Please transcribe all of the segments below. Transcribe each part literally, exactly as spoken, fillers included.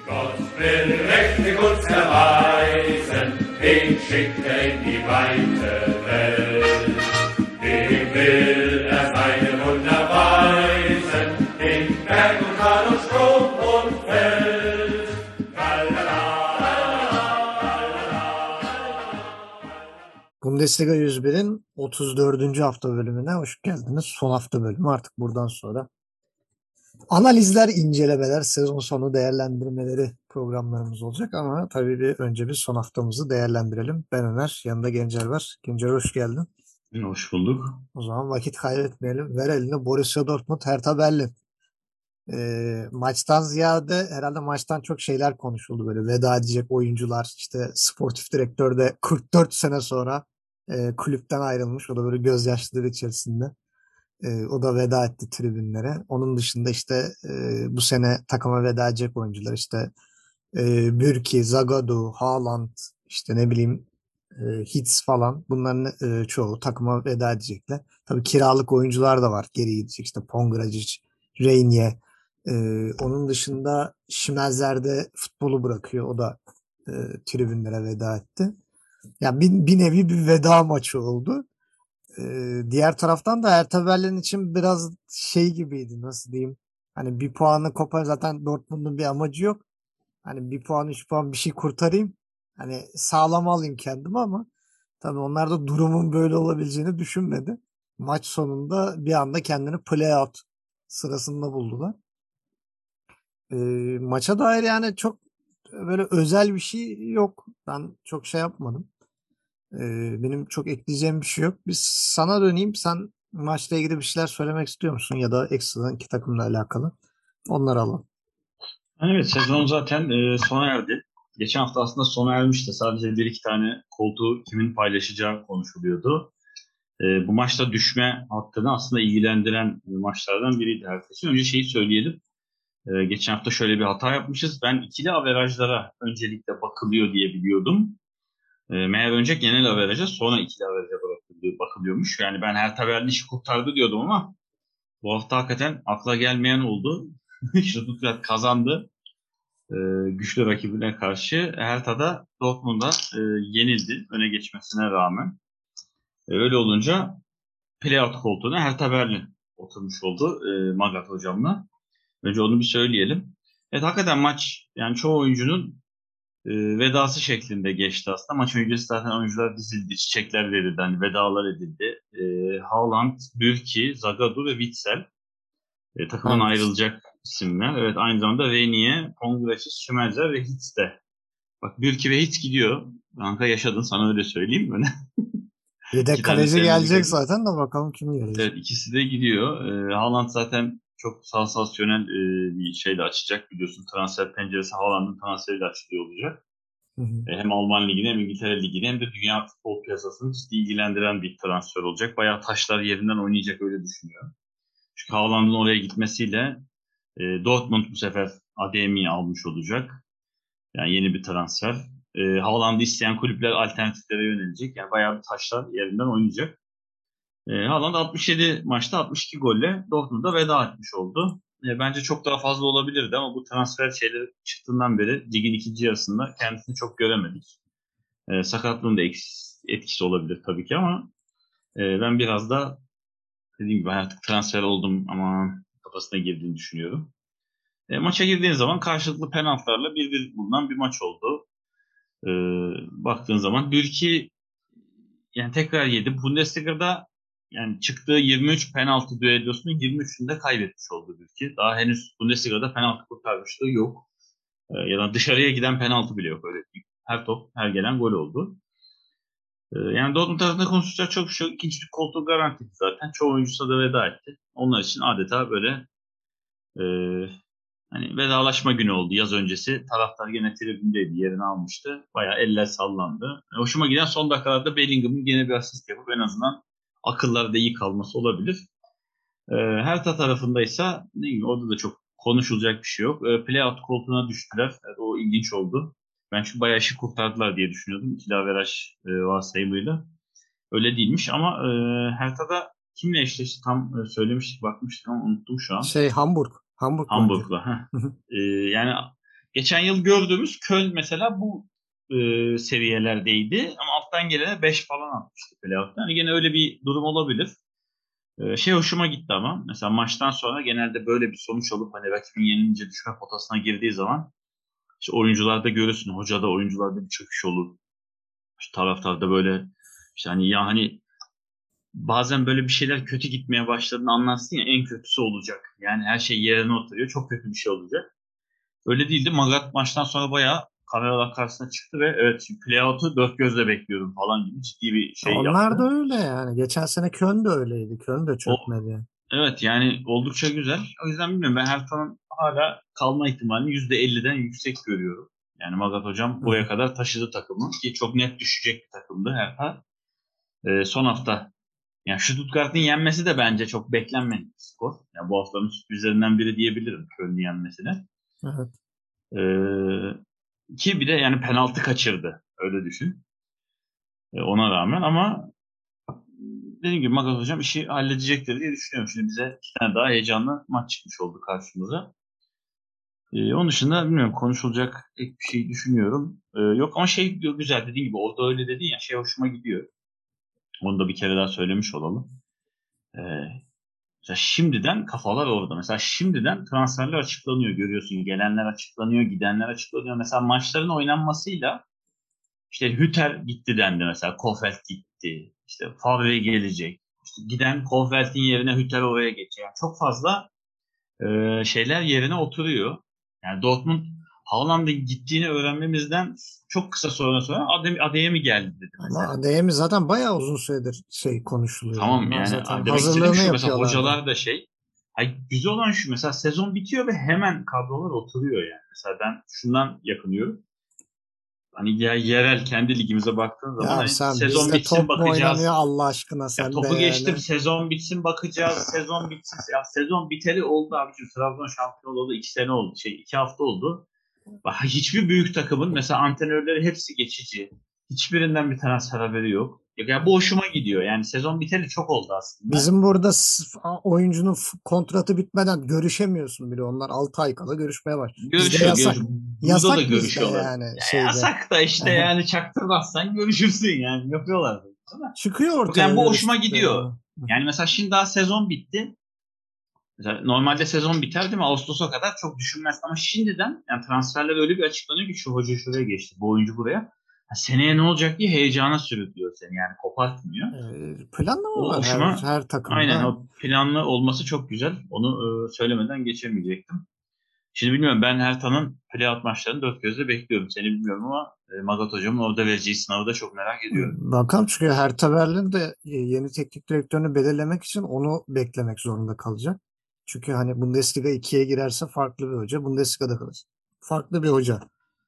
Gott will mächtig uns erweisen, den schickt er in die weite Welt. Dem will er seine Wunder weisen, in Berg und Tal und Strom und Feld. Bundesliga yüz birin otuz dördüncü hafta bölümüne hoş geldiniz. Son hafta bölümü artık buradan sonra. Analizler, incelemeler, sezon sonu değerlendirmeleri programlarımız olacak ama tabii bir önce bir son haftamızı değerlendirelim. Ben Öner, yanında Gencer var. Gencer hoş geldin. Hoş bulduk. O zaman vakit kaybetmeyelim. Ver eline Borussia Dortmund, Hertha Berlin. Ee, maçtan ziyade herhalde maçtan çok şeyler konuşuldu, böyle veda edecek oyuncular, işte sportif direktör de kırk dört sene sonra e, kulüpten ayrılmış, o da böyle gözyaşları içerisinde. E, o da veda etti tribünlere. Onun dışında işte e, bu sene takıma veda edecek oyuncular işte e, Bürki, Zagadou, Haaland, işte ne bileyim e, Hitz falan, bunların e, çoğu takıma veda edecekler. Tabii kiralık oyuncular da var geri gidecek, işte Pongracic, Reinier. Ee, onun dışında Şimenzer de futbolu bırakıyor. O da e, tribünlere veda etti. Yani bir, bir nevi bir veda maçı oldu. Ee, diğer taraftan da Hertha Berlin için biraz şey gibiydi, nasıl diyeyim. Hani bir puanı kopar, zaten Dortmund'un bir amacı yok. Hani bir puan, üç puan bir şey kurtarayım. Hani sağlam alayım kendimi, ama tabii onlar da durumun böyle olabileceğini düşünmedi. Maç sonunda bir anda kendini play-out sırasında buldular. E, maça dair yani çok böyle özel bir şey yok. Ben çok şey yapmadım. E, benim çok ekleyeceğim bir şey yok. Biz sana döneyim. Sen maçla ilgili bir şeyler söylemek istiyor musun? Ya da ekstradan iki takımla alakalı. Onları alalım. Evet, sezon zaten e, sona erdi. Geçen hafta aslında sona ermişti. Sadece bir iki tane koltuğu kimin paylaşacağı konuşuluyordu. E, bu maçta düşme hattını aslında ilgilendiren maçlardan biriydi herkes. Önce şeyi söyleyelim. E, geçen hafta şöyle bir hata yapmışız. Ben ikili averajlara öncelikle bakılıyor diye biliyordum. E, meğer önce genel averaja, sonra ikili averaja bakılıyor, bakılıyormuş. Yani ben Hertha Berlin işi kurtardı diyordum ama bu hafta hakikaten akla gelmeyen oldu. Stuttgart kazandı. E, güçlü rakibine karşı. Hertha'da Dortmund'a e, yenildi öne geçmesine rağmen. E, öyle olunca playout koltuğuna Hertha Berlin oturmuş oldu e, Magath hocamla. Önce onu bir söyleyelim. Evet, hakikaten maç yani çoğu oyuncunun e, vedası şeklinde geçti aslında. Maç öncesi zaten oyuncular dizildi, çiçekler verildi, hani vedalar edildi. E, Haaland, Bürki, Zagadou ve Witsel e, takımdan Evet. ayrılacak isimler. Evet, aynı zamanda Reinier, Pongracic, Schmelzer ve Hitz de. Bak, Bürki ve Hitz gidiyor. Kanka yaşadın, sana öyle söyleyeyim. Böyle Yedek iki tane kaleci sevmediği gelecek kadın. zaten de, bakalım kim gelecek. Evet, ikisi de gidiyor. E, Haaland zaten çok sansasyonel e, bir şeyle açacak, biliyorsun. Transfer penceresi Haaland'ın transferiyle açılıyor olacak. Hı hı. E, hem Alman Ligi'ni hem İngiltere Ligi'ni hem de dünya futbol piyasasını ciddi ilgilendiren bir transfer olacak. Bayağı taşlar yerinden oynayacak, öyle düşünüyor. Çünkü Haaland'ın oraya gitmesiyle e, Dortmund bu sefer Ademi'yi almış olacak. Yani yeni bir transfer. E, Haaland'ı isteyen kulüpler alternatiflere yönelecek. Yani bayağı bir taşlar yerinden oynayacak. E, Haaland altmış yedi maçta altmış iki golle Dortmund'a veda etmiş oldu. E, bence çok daha fazla olabilirdi ama bu transfer şeyleri çıktığından beri ligin ikinci yarısında kendisini çok göremedik. E, sakatlığın da etkisi olabilir tabii ki ama e, ben biraz da dediğim gibi artık transfer oldum ama kafasına girdiğini düşünüyorum. E, maça girdiğin zaman karşılıklı penaltılarla bir bir bulunan bir maç oldu. E, baktığın zaman Bürki yani tekrar yedi. Bundesliga'da yani çıktığı yirmi üç penaltı düellosunun yirmi üçünde kaybetmiş oldu Bürki. Daha henüz Bundesliga'da penaltı kurtarmışlığı yok. E, ya da dışarıya giden penaltı bile yok. Öyle değil. Her top, her gelen gol oldu. E, yani Dortmund tarafında konuşacak çok bir şey yok. İkinci koltuğu garantiydi zaten. Çoğu oyuncusu da veda etti. Onlar için adeta böyle e, hani vedalaşma günü oldu yaz öncesi. Taraftar gene tribündeydi, yerini almıştı. Bayağı eller sallandı. E, hoşuma giden son dakikalarda Bellingham'ın gene bir asist yapıp en azından akıllarda iyi kalması olabilir. E, Hertha tarafındaysa değil mi, orada da çok konuşulacak bir şey yok. E, playout koltuğuna düştüler. E, o ilginç oldu. Ben çünkü bayağı işi kurtardılar diye düşünüyordum. İkili averaj e, varsayımıyla. Öyle değilmiş ama e, Hertha'da kimle eşleşti tam e, söylemiştik, bakmıştık ama unuttum şu an. Şey, Hamburg. Hamburg önce. Hamburg'la. E, yani geçen yıl gördüğümüz Köln mesela bu e, seviyelerdeydi ama alttan gelene beş falan atmıştı playoff'ta. Yani gene öyle bir durum olabilir. E, şey hoşuma gitti ama mesela maçtan sonra genelde böyle bir sonuç alıp hani rakibin yenilince düşme potasına girdiği zaman işte oyuncularda görürsün, hocada oyuncularda bir çöküş olur. İşte taraftarda böyle işte hani ya hani bazen böyle bir şeyler kötü gitmeye başladığını anlarsın ya, en kötüsü olacak. Yani her şey yerine oturuyor. Çok kötü bir şey olacak. Öyle değildi. Magath maçtan sonra bayağı kameralar karşısına çıktı ve evet şimdi playout'u dört gözle bekliyorum falan gibi ciddi bir şey Onlar da yaptı. öyle yani. Geçen sene Köln de öyleydi. Köln de O çökmedi yani. evet yani oldukça güzel. O yüzden bilmiyorum, ben Hertha'nın hala kalma ihtimalini yüzde elliden yüksek görüyorum. Yani Magath hocam Hı buraya hı. kadar taşıdı takımı ki çok net düşecek bir takımdı Hertha. Ee, son hafta yani Stuttgart'ın yenmesi de bence çok beklenmedik bir skor. Yani bu haftanın sürprizlerinden biri diyebilirim Köln'ün yenmesine. Evet. Ee, ki bir de yani penaltı kaçırdı. Öyle düşün. Ee, ona rağmen ama dediğim gibi Magath hocam işi halledecektir diye düşünüyorum. Şimdi bize iki tane daha heyecanlı maç çıkmış oldu karşımıza. Ee, onun dışında bilmiyorum, konuşulacak ek bir şey düşünüyorum. Ee, yok ama şey güzel, dediğim gibi orada öyle dedin ya, şey hoşuma gidiyor. Onu da bir kere daha söylemiş olalım. Ee, Mesela şimdiden kafalar orada. Mesela şimdiden transferler açıklanıyor, görüyorsun. Gelenler açıklanıyor, gidenler açıklanıyor. Mesela maçların oynanmasıyla işte Hütter gitti dendi mesela. Kofeld gitti. İşte Favre gelecek. İşte giden Kofeld'in yerine Hütter oraya geçecek. Yani çok fazla e, şeyler yerine oturuyor. Yani Dortmund Haaland'ın gittiğini öğrenmemizden çok kısa sonra sonra Adem, Adeyemi mi geldi dedi Ama mesela. Adeyemi zaten bayağı uzun süredir şey konuşuluyordu. Tamam Onlar yani zaten demek istediğim hazırlığını şu, mesela yapıyorlardı. hocalar da şey, hay, güzel olan şu, mesela sezon bitiyor ve hemen kadrolar oturuyor yani. Mesela ben şundan yakınıyorum. Hani ya, yerel kendi ligimize baktığın zaman Ya hani sen sezon bizde bitsin top mu oynanıyor bakacağız. Allah aşkına Ya sen de topu geçtim, yani. sezon bitsin bakacağız. Sezon bitsin. Ya sezon biteli oldu abicim. Trabzon şampiyon oldu. iki sene oldu. Şey iki hafta oldu. Bak, hiçbir büyük takımın mesela antrenörleri hepsi geçici. Hiçbirinden bir transfer haberi yok. Ya bu hoşuma gidiyor. Yani sezon biteli çok oldu aslında. Bizim burada s- oyuncunun f- kontratı bitmeden görüşemiyorsun bile. Onlar altı ay kala görüşmeye var. Bizde Görüşüyor, yasak. görüşüyor. Burada da Yasak bizde görüşüyorlar. yani Ya şeyde. yasak da işte yani çaktırmazsan görüşürsün yani. Yapıyorlar. Ama Çıkıyor yok ortaya yani bu hoşuma görüştükleri. gidiyor. Yani mesela şimdi daha sezon bitti. Mesela normalde sezon biter değil mi? Ağustos'a kadar çok düşünmez. Ama şimdiden yani transferler öyle bir açıklanıyor ki şu hoca şuraya geçti, bu oyuncu buraya. Ha, seneye ne olacak diye heyecana sürüklüyor seni, yani kopartmıyor. Ee, planlama O var her hoşuma, her aynen takımda. o planlı olması çok güzel. Onu e, söylemeden geçemeyecektim. Şimdi bilmiyorum, ben Hertha'nın playout maçlarını dört gözle bekliyorum. Seni bilmiyorum ama e, Magath hocamın orada vereceği sınavı da çok merak ediyorum. Bakalım çünkü Hertha Berlin de e, yeni teknik direktörünü belirlemek için onu beklemek zorunda kalacak. Çünkü hani Bundesliga ikiye girerse farklı bir hoca, Bundesliga'da kalır. Farklı bir hoca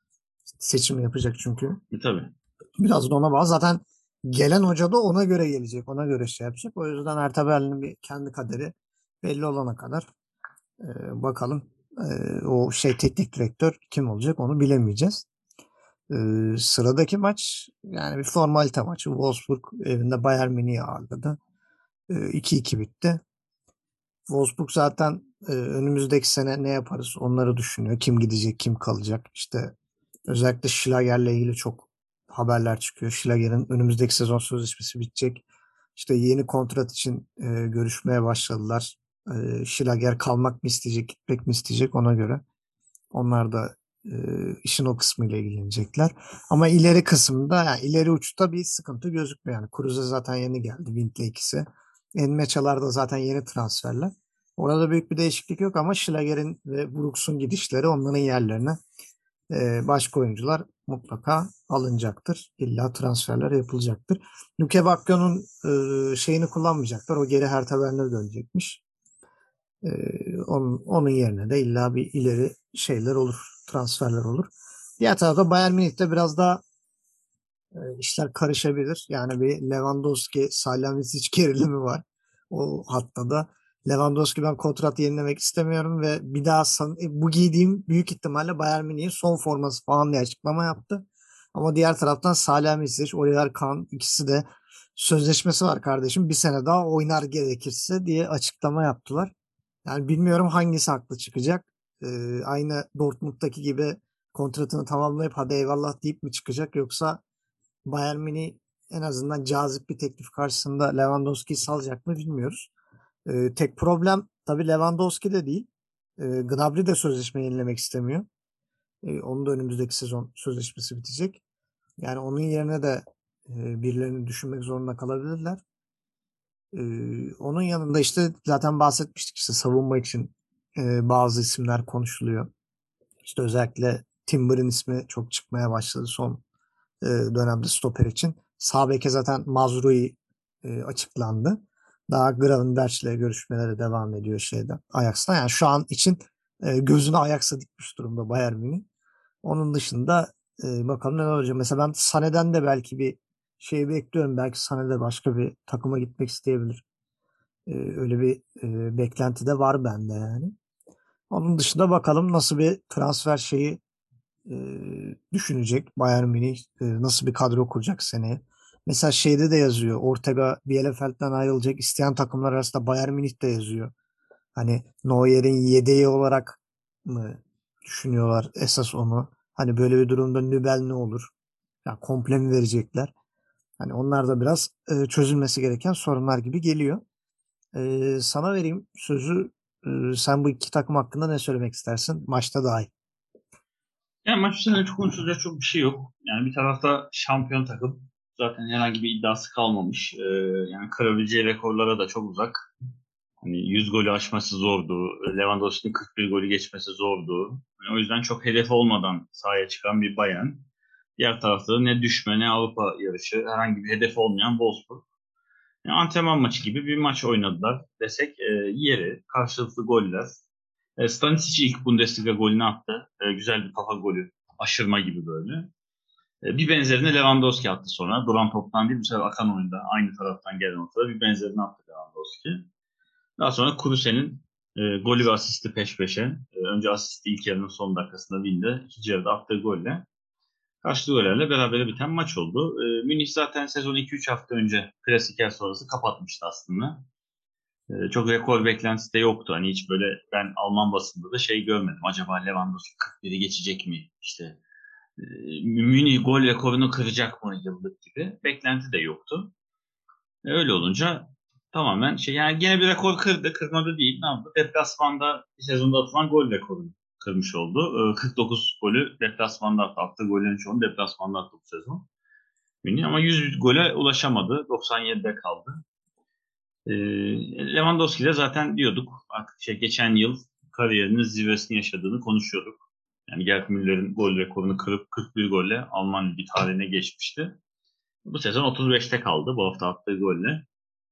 seçimi yapacak çünkü. E, tabii. Biraz da ona bağlı. Zaten gelen hoca da ona göre gelecek. Ona göre şey yapacak. O yüzden Hertha Berlin'in bir kendi kaderi belli olana kadar e, bakalım e, o şey teknik direktör kim olacak onu bilemeyeceğiz. E, sıradaki maç yani bir formalite maçı. Wolfsburg evinde Bayern Münih'i ağırladı. E, iki iki bitti. Wolfsburg zaten e, önümüzdeki sene ne yaparız onları düşünüyor. Kim gidecek, kim kalacak. İşte özellikle Schlager'le ilgili çok haberler çıkıyor. Schlager'in önümüzdeki sezon sözleşmesi bitecek. İşte yeni kontrat için e, görüşmeye başladılar. E, Schlager kalmak mı isteyecek, gitmek mi isteyecek ona göre. Onlar da e, işin o kısmıyla ilgilenecekler. Ama ileri kısımda, yani ileri uçta bir sıkıntı gözükmüyor. Yani Kruse zaten yeni geldi. Wind'le ikisi. Enmeçalar da zaten yeni transferler. Orada büyük bir değişiklik yok ama Schlager'in ve Brooks'un gidişleri onların yerlerine e, başka oyuncular mutlaka alınacaktır. İlla transferler yapılacaktır. Luke Bakio'nun e, şeyini kullanmayacaklar. O geri Hertha Berlin'e dönecekmiş. E, onun, onun yerine de illa bir ileri şeyler olur. Transferler olur. Diğer tarafta Bayern Münih'te biraz daha e, işler karışabilir. Yani bir Lewandowski, Salihamidzic gerilimi var. O hatta da Lewandowski ben kontrat yenilemek istemiyorum ve bir daha san, e, bu giydiğim büyük ihtimalle Bayern Münih'in son forması falan diye açıklama yaptı. Ama diğer taraftan Salihamidzic, Oliver Kahn ikisi de sözleşmesi var kardeşim. Bir sene daha oynar gerekirse diye açıklama yaptılar. Yani bilmiyorum hangisi haklı çıkacak. Ee, aynı Dortmund'daki gibi kontratını tamamlayıp hadi eyvallah deyip mi çıkacak, yoksa Bayern Münih en azından cazip bir teklif karşısında Lewandowski'yi salacak mı bilmiyoruz. Ee, tek problem tabii Lewandowski de değil. Ee, Gnabry de sözleşme yenilemek istemiyor. Ee, onun da önümüzdeki sezon sözleşmesi bitecek. Yani onun yerine de e, birilerini düşünmek zorunda kalabilirler. Ee, onun yanında işte zaten bahsetmiştik, işte savunma için e, bazı isimler konuşuluyor. İşte özellikle Timber'ın ismi çok çıkmaya başladı son e, dönemde stoper için. Sağ beke zaten Mazraoui e, açıklandı. Daha Gravenberch'le görüşmelere devam ediyor şeyden, Ajax'tan. Yani şu an için e, gözünü Ajax'a dikmiş durumda Bayern Münih. Onun dışında e, bakalım ne olacak. Mesela ben Sané'den de belki bir şey bekliyorum. Belki Sané de başka bir takıma gitmek isteyebilir. E, öyle bir e, beklenti de var bende yani. Onun dışında bakalım nasıl bir transfer şeyi e, düşünecek Bayern Münih, e, nasıl bir kadro kuracak seneye. Mesela şeyde de yazıyor. Ortega Bielefeld'den ayrılacak. İsteyen takımlar arasında Bayern Münih de yazıyor. Hani Neuer'in yedeği olarak mı düşünüyorlar esas onu? Hani böyle bir durumda Nübel ne olur? Ya komple mi verecekler? Hani onlar da biraz e, çözülmesi gereken sorunlar gibi geliyor. E, sana vereyim sözü. E, sen bu iki takım hakkında ne söylemek istersin? Maçta dahil. Yani maç üzerinde çok konuşulacak çok bir şey yok. Yani bir tarafta şampiyon takım. Zaten herhangi bir iddiası kalmamış. Ee, yani kırabileceği rekorlara da çok uzak. Hani yüz golü aşması zordu. Lewandowski'nin kırk bir golü geçmesi zordu. Yani o yüzden çok hedef olmadan sahaya çıkan bir Bayern. Diğer tarafta da ne düşme ne Avrupa yarışı, herhangi bir hedef olmayan Wolfsburg. Yani antrenman maçı gibi bir maç oynadılar desek e, yeri, karşılıklı goller. E, Stanisic ilk Bundesliga golünü attı. E, güzel bir kafa golü. Aşırma gibi böyle. E, bir benzerini Lewandowski attı sonra. Duran toptan değil, bu sefer akan oyunda aynı taraftan gelen ortada bir benzerini attı Lewandowski. Daha sonra Kuruse'nin e, golü ve asisti peş peşe. E, önce asisti ilk yarının son dakikasında Winde. İkinci yarıda attığı golle. Karşılıklı gollerle berabere biten maç oldu. E, Münih zaten sezonu iki üç hafta önce Klasiker sonrası kapatmıştı aslında. E, çok rekor beklentisi de yoktu. Hani hiç böyle ben Alman basında da şey görmedim. Acaba Lewandowski kırk biri geçecek mi? İşte e, Münih gol rekorunu kıracak mı yıllık gibi. Beklenti de yoktu. E, öyle olunca tamamen şey, yani gene bir rekor kırdı. Kırmadı değil. Ne yaptı? Deplasmanda bir sezonda atılan gol rekorunu kırmış oldu. E, kırk dokuz golü deplasmanda attı. Attığı gollerin çoğunu deplasmanda attı bu sezon. Münih ama yüz gole ulaşamadı. doksan yedide kaldı. E, Lewandowski de zaten diyorduk artık şey, geçen yıl kariyerinin zirvesini yaşadığını konuşuyorduk. Yani Gerd Müller'in gol rekorunu kırıp kırk bir golle Alman Ligi tarihine geçmişti. Bu sezon otuz beşte kaldı bu hafta attığı golle.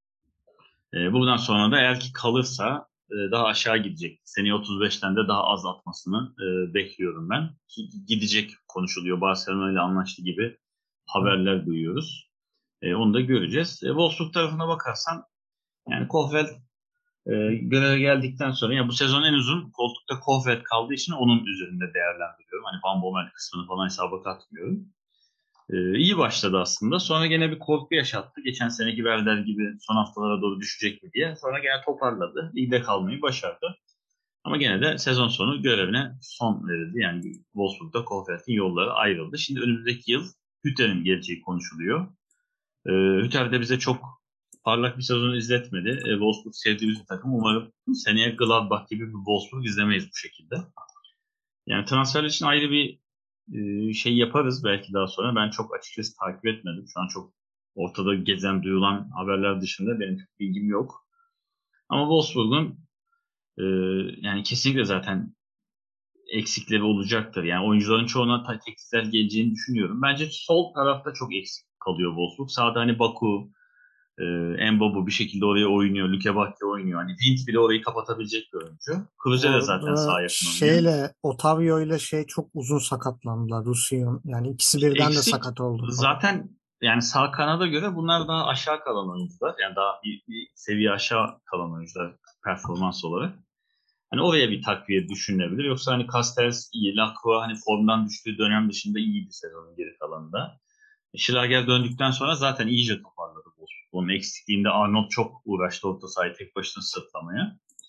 E, bundan sonra da eğer ki kalırsa e, daha aşağı gidecek. Seneye otuz beşten de daha az atmasını e, bekliyorum ben. Ki gidecek konuşuluyor. Barcelona ile anlaştı gibi haberler duyuyoruz. E, onu da göreceğiz. E, Wolfsburg tarafına bakarsan yani Kohfeldt e, göreve geldikten sonra ya bu sezon en uzun koltukta Kohfeldt kaldığı için onun üzerinde değerlendiriyorum. Hani Van Bommel kısmını falan hesaba katmıyorum. Ee, iyi başladı aslında. Sonra gene bir korku yaşattı. Geçen seneki Werder gibi son haftalara doğru düşecek mi diye. Sonra gene toparladı. Ligde kalmayı başardı. Ama gene de sezon sonu görevine son verildi. Yani Wolfsburg'da Kohfeldt'in yolları ayrıldı. Şimdi önümüzdeki yıl Hütter'in geleceği konuşuluyor. Ee, Hütter de bize çok parlak bir sezon izletmedi. Ee, Wolfsburg sevdiğimiz bir takım. Umarım seneye Gladbach gibi bir Wolfsburg izlemeyiz bu şekilde. Yani transfer için ayrı bir e, şey yaparız belki daha sonra. Ben çok açıkçası takip etmedim. Şu an çok ortada gezen, duyulan haberler dışında benim çok bilgim yok. Ama Wolfsburg'un e, yani kesinlikle zaten eksikleri olacaktır. Yani oyuncuların çoğuna ta- teknikler geleceğini düşünüyorum. Bence sol tarafta çok eksik kalıyor Wolfsburg. Sağda hani Baku, e, Mbabu bir şekilde oraya oynuyor. Luke Bakio oynuyor. Hani Wind bile orayı kapatabilecek bir oyuncu. Kruse de zaten Orada sağ yakın oynuyor. şeyle Otavio ile şey çok uzun sakatlandılar, Rusyon. Yani ikisi İşte birden de eksik. sakat oldu falan. Zaten yani sağ kanada göre bunlar daha aşağı kalan oyuncular. Yani daha bir, bir seviye aşağı kalan oyuncular performans olarak. Hani oraya bir takviye düşünülebilir. Yoksa hani Castells iyi, Lacroix hani formdan düştüğü dönem dışında iyiydi sezonun geri kalanında. Schlager döndükten sonra zaten iyice toparladı bu. Onun eksikliğinde Arnold çok uğraştı orta sahayı tek başına sırtlamaya.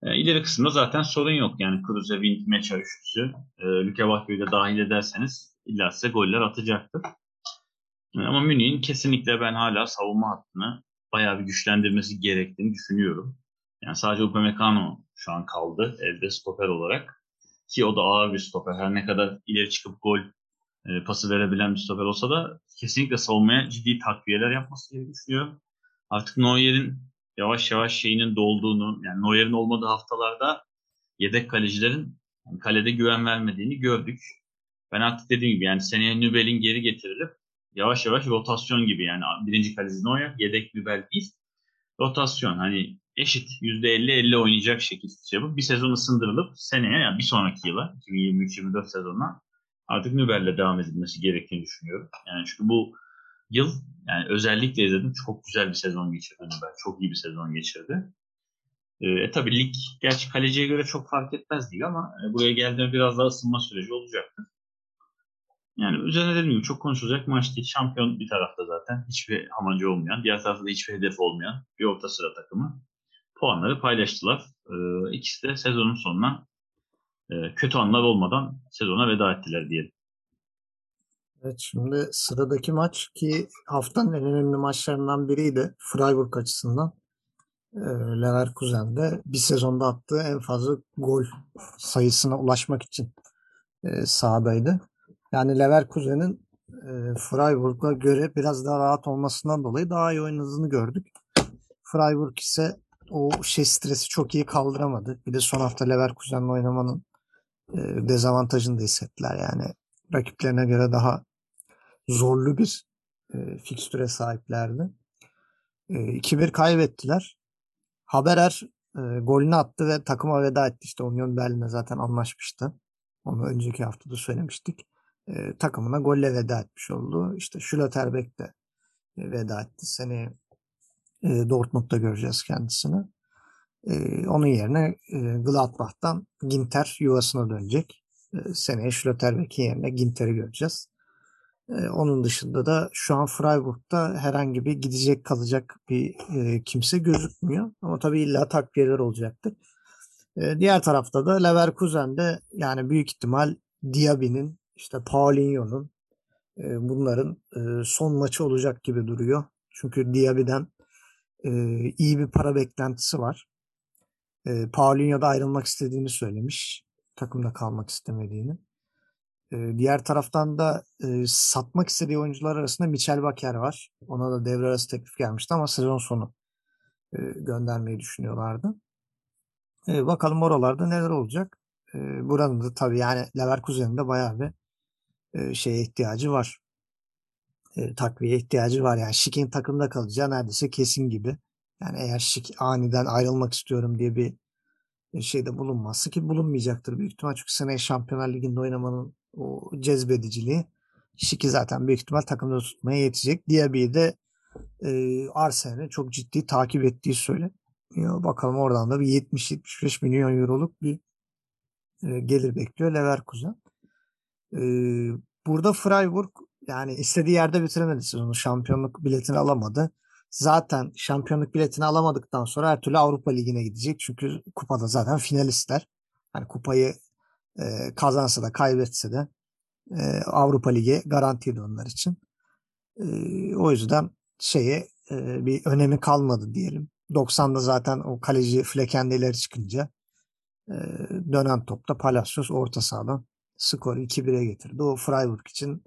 E, ileri kısımda zaten sorun yok. Yani Klose, Wind, Mecha üçlüsü. E, Lükebakio'yu da dahil ederseniz illa size goller atacaktır. E, ama Münih'in kesinlikle ben hala savunma hattını bayağı bir güçlendirmesi gerektiğini düşünüyorum. Yani sadece Upamecano şu an kaldı elde stoper olarak. Ki o da ağır bir stoper. Her ne kadar ileri çıkıp gol e, pası verebilen bir stoper olsa da kesinlikle savunmaya ciddi takviyeler yapması gerektiğini düşünüyorum. Artık Neuer'in yavaş yavaş şeyinin dolduğunu, yani Neuer'in olmadığı haftalarda yedek kalecilerin yani kalede güven vermediğini gördük. Ben artık dediğim gibi yani seneye Nübel'in geri getirilip yavaş yavaş rotasyon gibi, yani birinci kaleci Neuer, yedek Nübel değil. Rotasyon, hani eşit yüzde elli elli oynayacak şekilde şey yapıp bir sezon ısındırılıp seneye, yani bir sonraki yıla iki bin yirmi üç yirmi dört sezonuna artık Nübel'le devam edilmesi gerektiğini düşünüyorum. Yani çünkü bu yıl, yani özellikle izledim, çok güzel bir sezon geçirdi Nübel. Çok iyi bir sezon geçirdi. E, e tabii lig, gerçi kaleciye göre çok fark etmez lig ama e, buraya geldiğinde biraz daha ısınma süreci olacaktır. Yani üzerine dediğim gibi çok konuşulacak maç değil. Şampiyon bir tarafta zaten. Hiçbir amacı olmayan, diğer tarafta da hiçbir hedef olmayan bir orta sıra takımı. Puanları paylaştılar. Ee, ikisi de sezonun sonuna e, kötü anlar olmadan sezona veda ettiler diyelim. Evet, şimdi sıradaki maç ki haftanın en önemli maçlarından biriydi Freiburg açısından. Ee, Leverkusen'de bir sezonda attığı en fazla gol sayısına ulaşmak için e, sahadaydı. Yani Leverkusen'in e, Freiburg'a göre biraz daha rahat olmasından dolayı daha iyi oynadığını gördük. Freiburg ise o şey stresi çok iyi kaldıramadı. Bir de son hafta Leverkusen'le oynamanın e, dezavantajını da hissettiler. Yani rakiplerine göre daha zorlu bir e, fikstüre sahiplerdi. E, iki bir kaybettiler. Haberer e, golünü attı ve takıma veda etti. İşte Union Berlin'le zaten anlaşmıştı. Onu önceki haftada söylemiştik. E, takımına golle veda etmiş oldu. İşte Schlotterbeck de e, veda etti. Seni e, Dortmund'da göreceğiz kendisini. E, onun yerine e, Gladbach'tan Ginter yuvasına dönecek. E, seneye Schlotterbeck'in yerine Ginter'i göreceğiz. E, onun dışında da şu an Freiburg'da herhangi bir gidecek kalacak bir e, kimse gözükmüyor. Ama tabii illa takviyeler olacaktır. E, diğer tarafta da Leverkusen'de yani büyük ihtimal Diaby'nin, işte Paulinho'nun, e, bunların e, son maçı olacak gibi duruyor. Çünkü Diaby'den e, iyi bir para beklentisi var. E, Paulinho da ayrılmak istediğini söylemiş. Takımda kalmak istemediğini. E, diğer taraftan da e, satmak istediği oyuncular arasında Michel Bakker var. Ona da devre arası teklif gelmişti ama sezon sonu e, göndermeyi düşünüyorlardı. E, bakalım oralarda neler olacak. E, buranın da tabii yani Leverkusen'in de bayağı bir e, şeye ihtiyacı var. E, takviye ihtiyacı var. Yani Schick'in takımda kalacağı neredeyse kesin gibi. Yani eğer Schick aniden ayrılmak istiyorum diye bir şeyde bulunmazsa, ki bulunmayacaktır büyük ihtimal. Çünkü seneye Şampiyonlar Ligi'nde oynamanın o cezbediciliği Schick'i zaten büyük ihtimal takımda tutmaya yetecek. Diaby'i de e, Arsenal'in çok ciddi takip ettiği söyleniyor. Bakalım oradan da bir yetmiş yetmiş beş milyon euroluk bir e, gelir bekliyor Leverkusen. E, burada Freiburg yani istediği yerde bitiremedi sezonu. Şampiyonluk biletini alamadı. Zaten şampiyonluk biletini alamadıktan sonra her türlü Avrupa Ligi'ne gidecek. Çünkü kupada zaten finalistler. Hani kupayı e, kazansa da kaybetse de e, Avrupa Ligi garantiydi onlar için. E, o yüzden şeye e, bir önemi kalmadı diyelim. doksanda zaten o kaleci Fleckende'leri çıkınca e, dönen topta Palacios orta sahadan skoru iki bire getirdi. O Freiburg için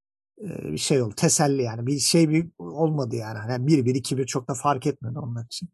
e, bir şey oldu. Teselli yani. Bir şey bir olmadı yani. Hani bir bir iki bir çok da fark etmedi onlar için.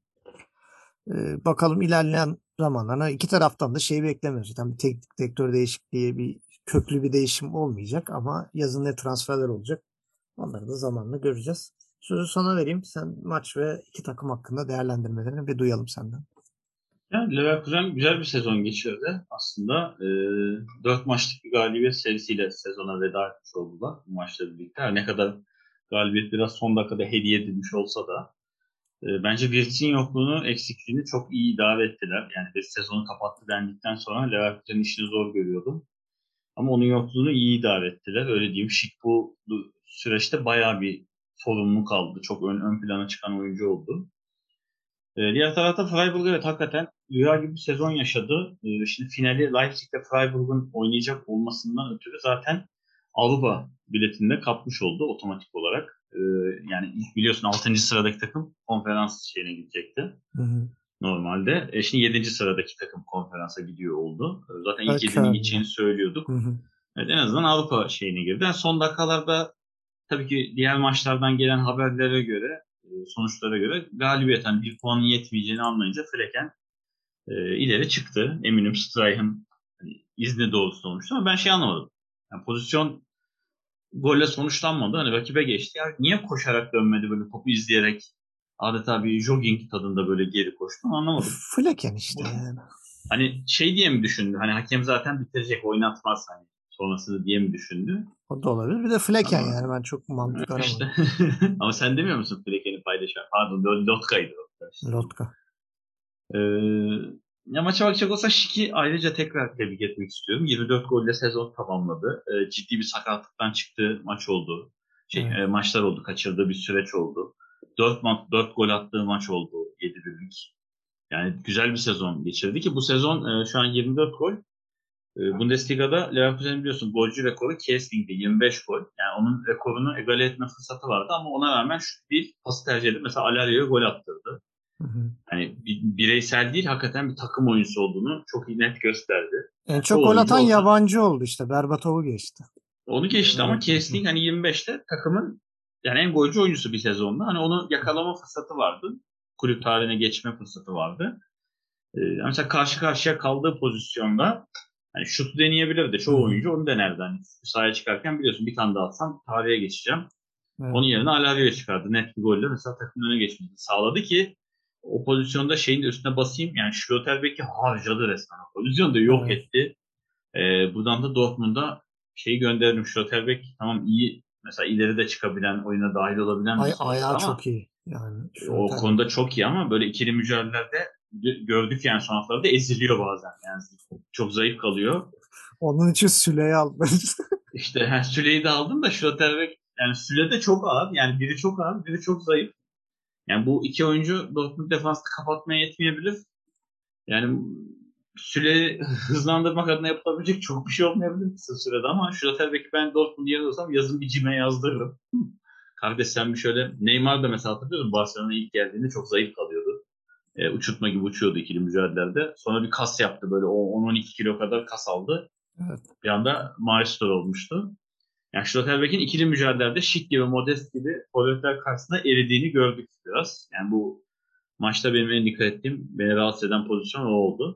E, bakalım ilerleyen zamanlarına iki taraftan da şeyi beklemiyoruz. Zaten bir teknik direktör değişikliği, bir köklü bir değişim olmayacak ama yazın ne transferler olacak. Onları da zamanla göreceğiz. Sözü sana vereyim. Sen maç ve iki takım hakkında değerlendirmelerini bir duyalım senden. Yani Leverkusen güzel bir sezon geçirdi aslında. E, dört maçlık bir galibiyet serisiyle sezona veda etmiş oldular bu maçla birlikte. Her ne kadar galibiyet biraz son dakikada hediye edilmiş olsa da e, bence Wirtz'in yokluğunu, eksikliğini çok iyi idare ettiler. Yani bir sezonu kapattı dendikten sonra Leverkusen'in işini zor görüyordum. Ama onun yokluğunu iyi idare ettiler. Öyle diyeyim. Schick bu süreçte bayağı bir sorumlu kaldı. Çok ön, ön plana çıkan oyuncu oldu. Ee, diğer tarafta Freiburg, evet, hakikaten rüya gibi bir sezon yaşadı. Ee, şimdi finali Leipzig'te Freiburg'un oynayacak olmasından ötürü zaten Avrupa biletinde kapmış oldu otomatik olarak. Ee, yani ilk biliyorsun altıncı sıradaki takım konferans şeyine gidecekti. Hı hı. Normalde. E şimdi yedinci sıradaki takım konferansa gidiyor oldu. Ee, zaten ilk Evet, yedinin Köln'de. gideceğini söylüyorduk. Hı hı. Evet, en azından Avrupa şeyine girdi. Yani son dakikalarda tabii ki diğer maçlardan gelen haberlere göre, e, sonuçlara göre galibiyeten bir puanın yetmeyeceğini anlayınca Flecken e, ileri çıktı. Eminim Streich'ın hani, izni doğrultusunda olmuştu ama ben şey anlamadım. Yani pozisyon golle sonuçlanmadı. Hani rakibe geçti. Ya niye koşarak dönmedi böyle topu izleyerek adeta bir jogging tadında böyle geri koştu anlamadım. Flecken işte yani. Hani şey diye mi düşündü? Hani hakem zaten bitirecek oynatmaz hani sonrasını diye mi düşündü? O da olabilir. Bir de Flecken Ama yani ben çok mantık aramadım. işte ama sen demiyor musun Flecken'i paylaşan? Pardon Lotka'ydı o. Lotka. Ee, ya maça bakacak olsa Şik'i ayrıca tekrar tebrik etmek istiyorum. yirmi dört golle sezon tamamladı. Ee, ciddi bir sakatlıktan çıktığı maç oldu. Şey, Evet. e, maçlar oldu, kaçırdığı bir süreç oldu. dört maç dört gol attığı maç oldu yedi birlik. Yani güzel bir sezon geçirdi ki bu sezon e, şu an yirmi dört gol. E, Bundesliga'da Leverkusen biliyorsun golcü rekoru Kessling'de yirmi beş gol. Yani onun rekorunu egale etme fırsatı vardı ama ona rağmen şu bir pası tercih edip mesela Alario'ya gol attırdı. Hı hı. Hani bir, bireysel değil hakikaten bir takım oyuncusu olduğunu çok iyi net gösterdi. En Yani çok çoğu gol oyuncu atan olsa yabancı oldu işte. Berbatov'u geçti. onu geçti ama Evet. Kesling hani yirmi beşte takımın yani en golcü oyuncusu bir sezonda. Hani onu yakalama fırsatı vardı. Kulüp tarihine geçme fırsatı vardı. Ee, mesela karşı karşıya kaldığı pozisyonda hani şut deneyebilirdi. Hı Çoğu hı. oyuncu onu denerdi. Hani sahaya çıkarken biliyorsun bir tane daha atsam tarihe geçeceğim. Evet. Onun yerine Alario'ya çıkardı. Net bir golle mesela takımın öne geçmesini sağladı ki o pozisyonda şeyin de üstüne basayım. Yani Schlotterbeck'i harcadı resmen. O pozisyonu da yok Evet. etti. Ee, buradan da Dortmund'a şeyi gönderirim. Schlotterbeck tamam iyi mesela ileride çıkabilen, oyuna dahil olabilen bir Ay stoper ayağı ama çok iyi. Yani o Schlotterbeck. konuda çok iyi ama böyle ikili mücadelelerde gördük yani son haftalarda eziliyor bazen. Yani çok zayıf kalıyor. Onun için Süle'yi aldı. İşte yani Süle'yi de aldım da Schlotterbeck yani Süle de çok ağır. Yani biri çok ağır, biri çok zayıf. Yani bu iki oyuncu Dortmund defansını kapatmaya yetmeyebilir. Yani süreyi hızlandırmak adına yapılabilecek çok bir şey olmayabilir kısa sürede ama Schlotterbeck'i ben Dortmund yerine olsam yazın bir cime yazdırırım. Kardeş sen bir şöyle Neymar da mesela hatırlıyor musun? Barcelona'ya ilk geldiğinde çok zayıf kalıyordu. E, uçurtma gibi uçuyordu ikili mücadelelerde. Sonra bir kas yaptı böyle on on iki kilo kadar kas aldı. Evet. Bir anda maestro olmuştu. Yani Schlotterbeck'in ikili mücadelelerde Şik gibi, Modest gibi forvetler karşısında eridiğini gördük biraz. Yani bu maçta benim en dikkat ettiğim, beni rahatsız eden pozisyon o oldu.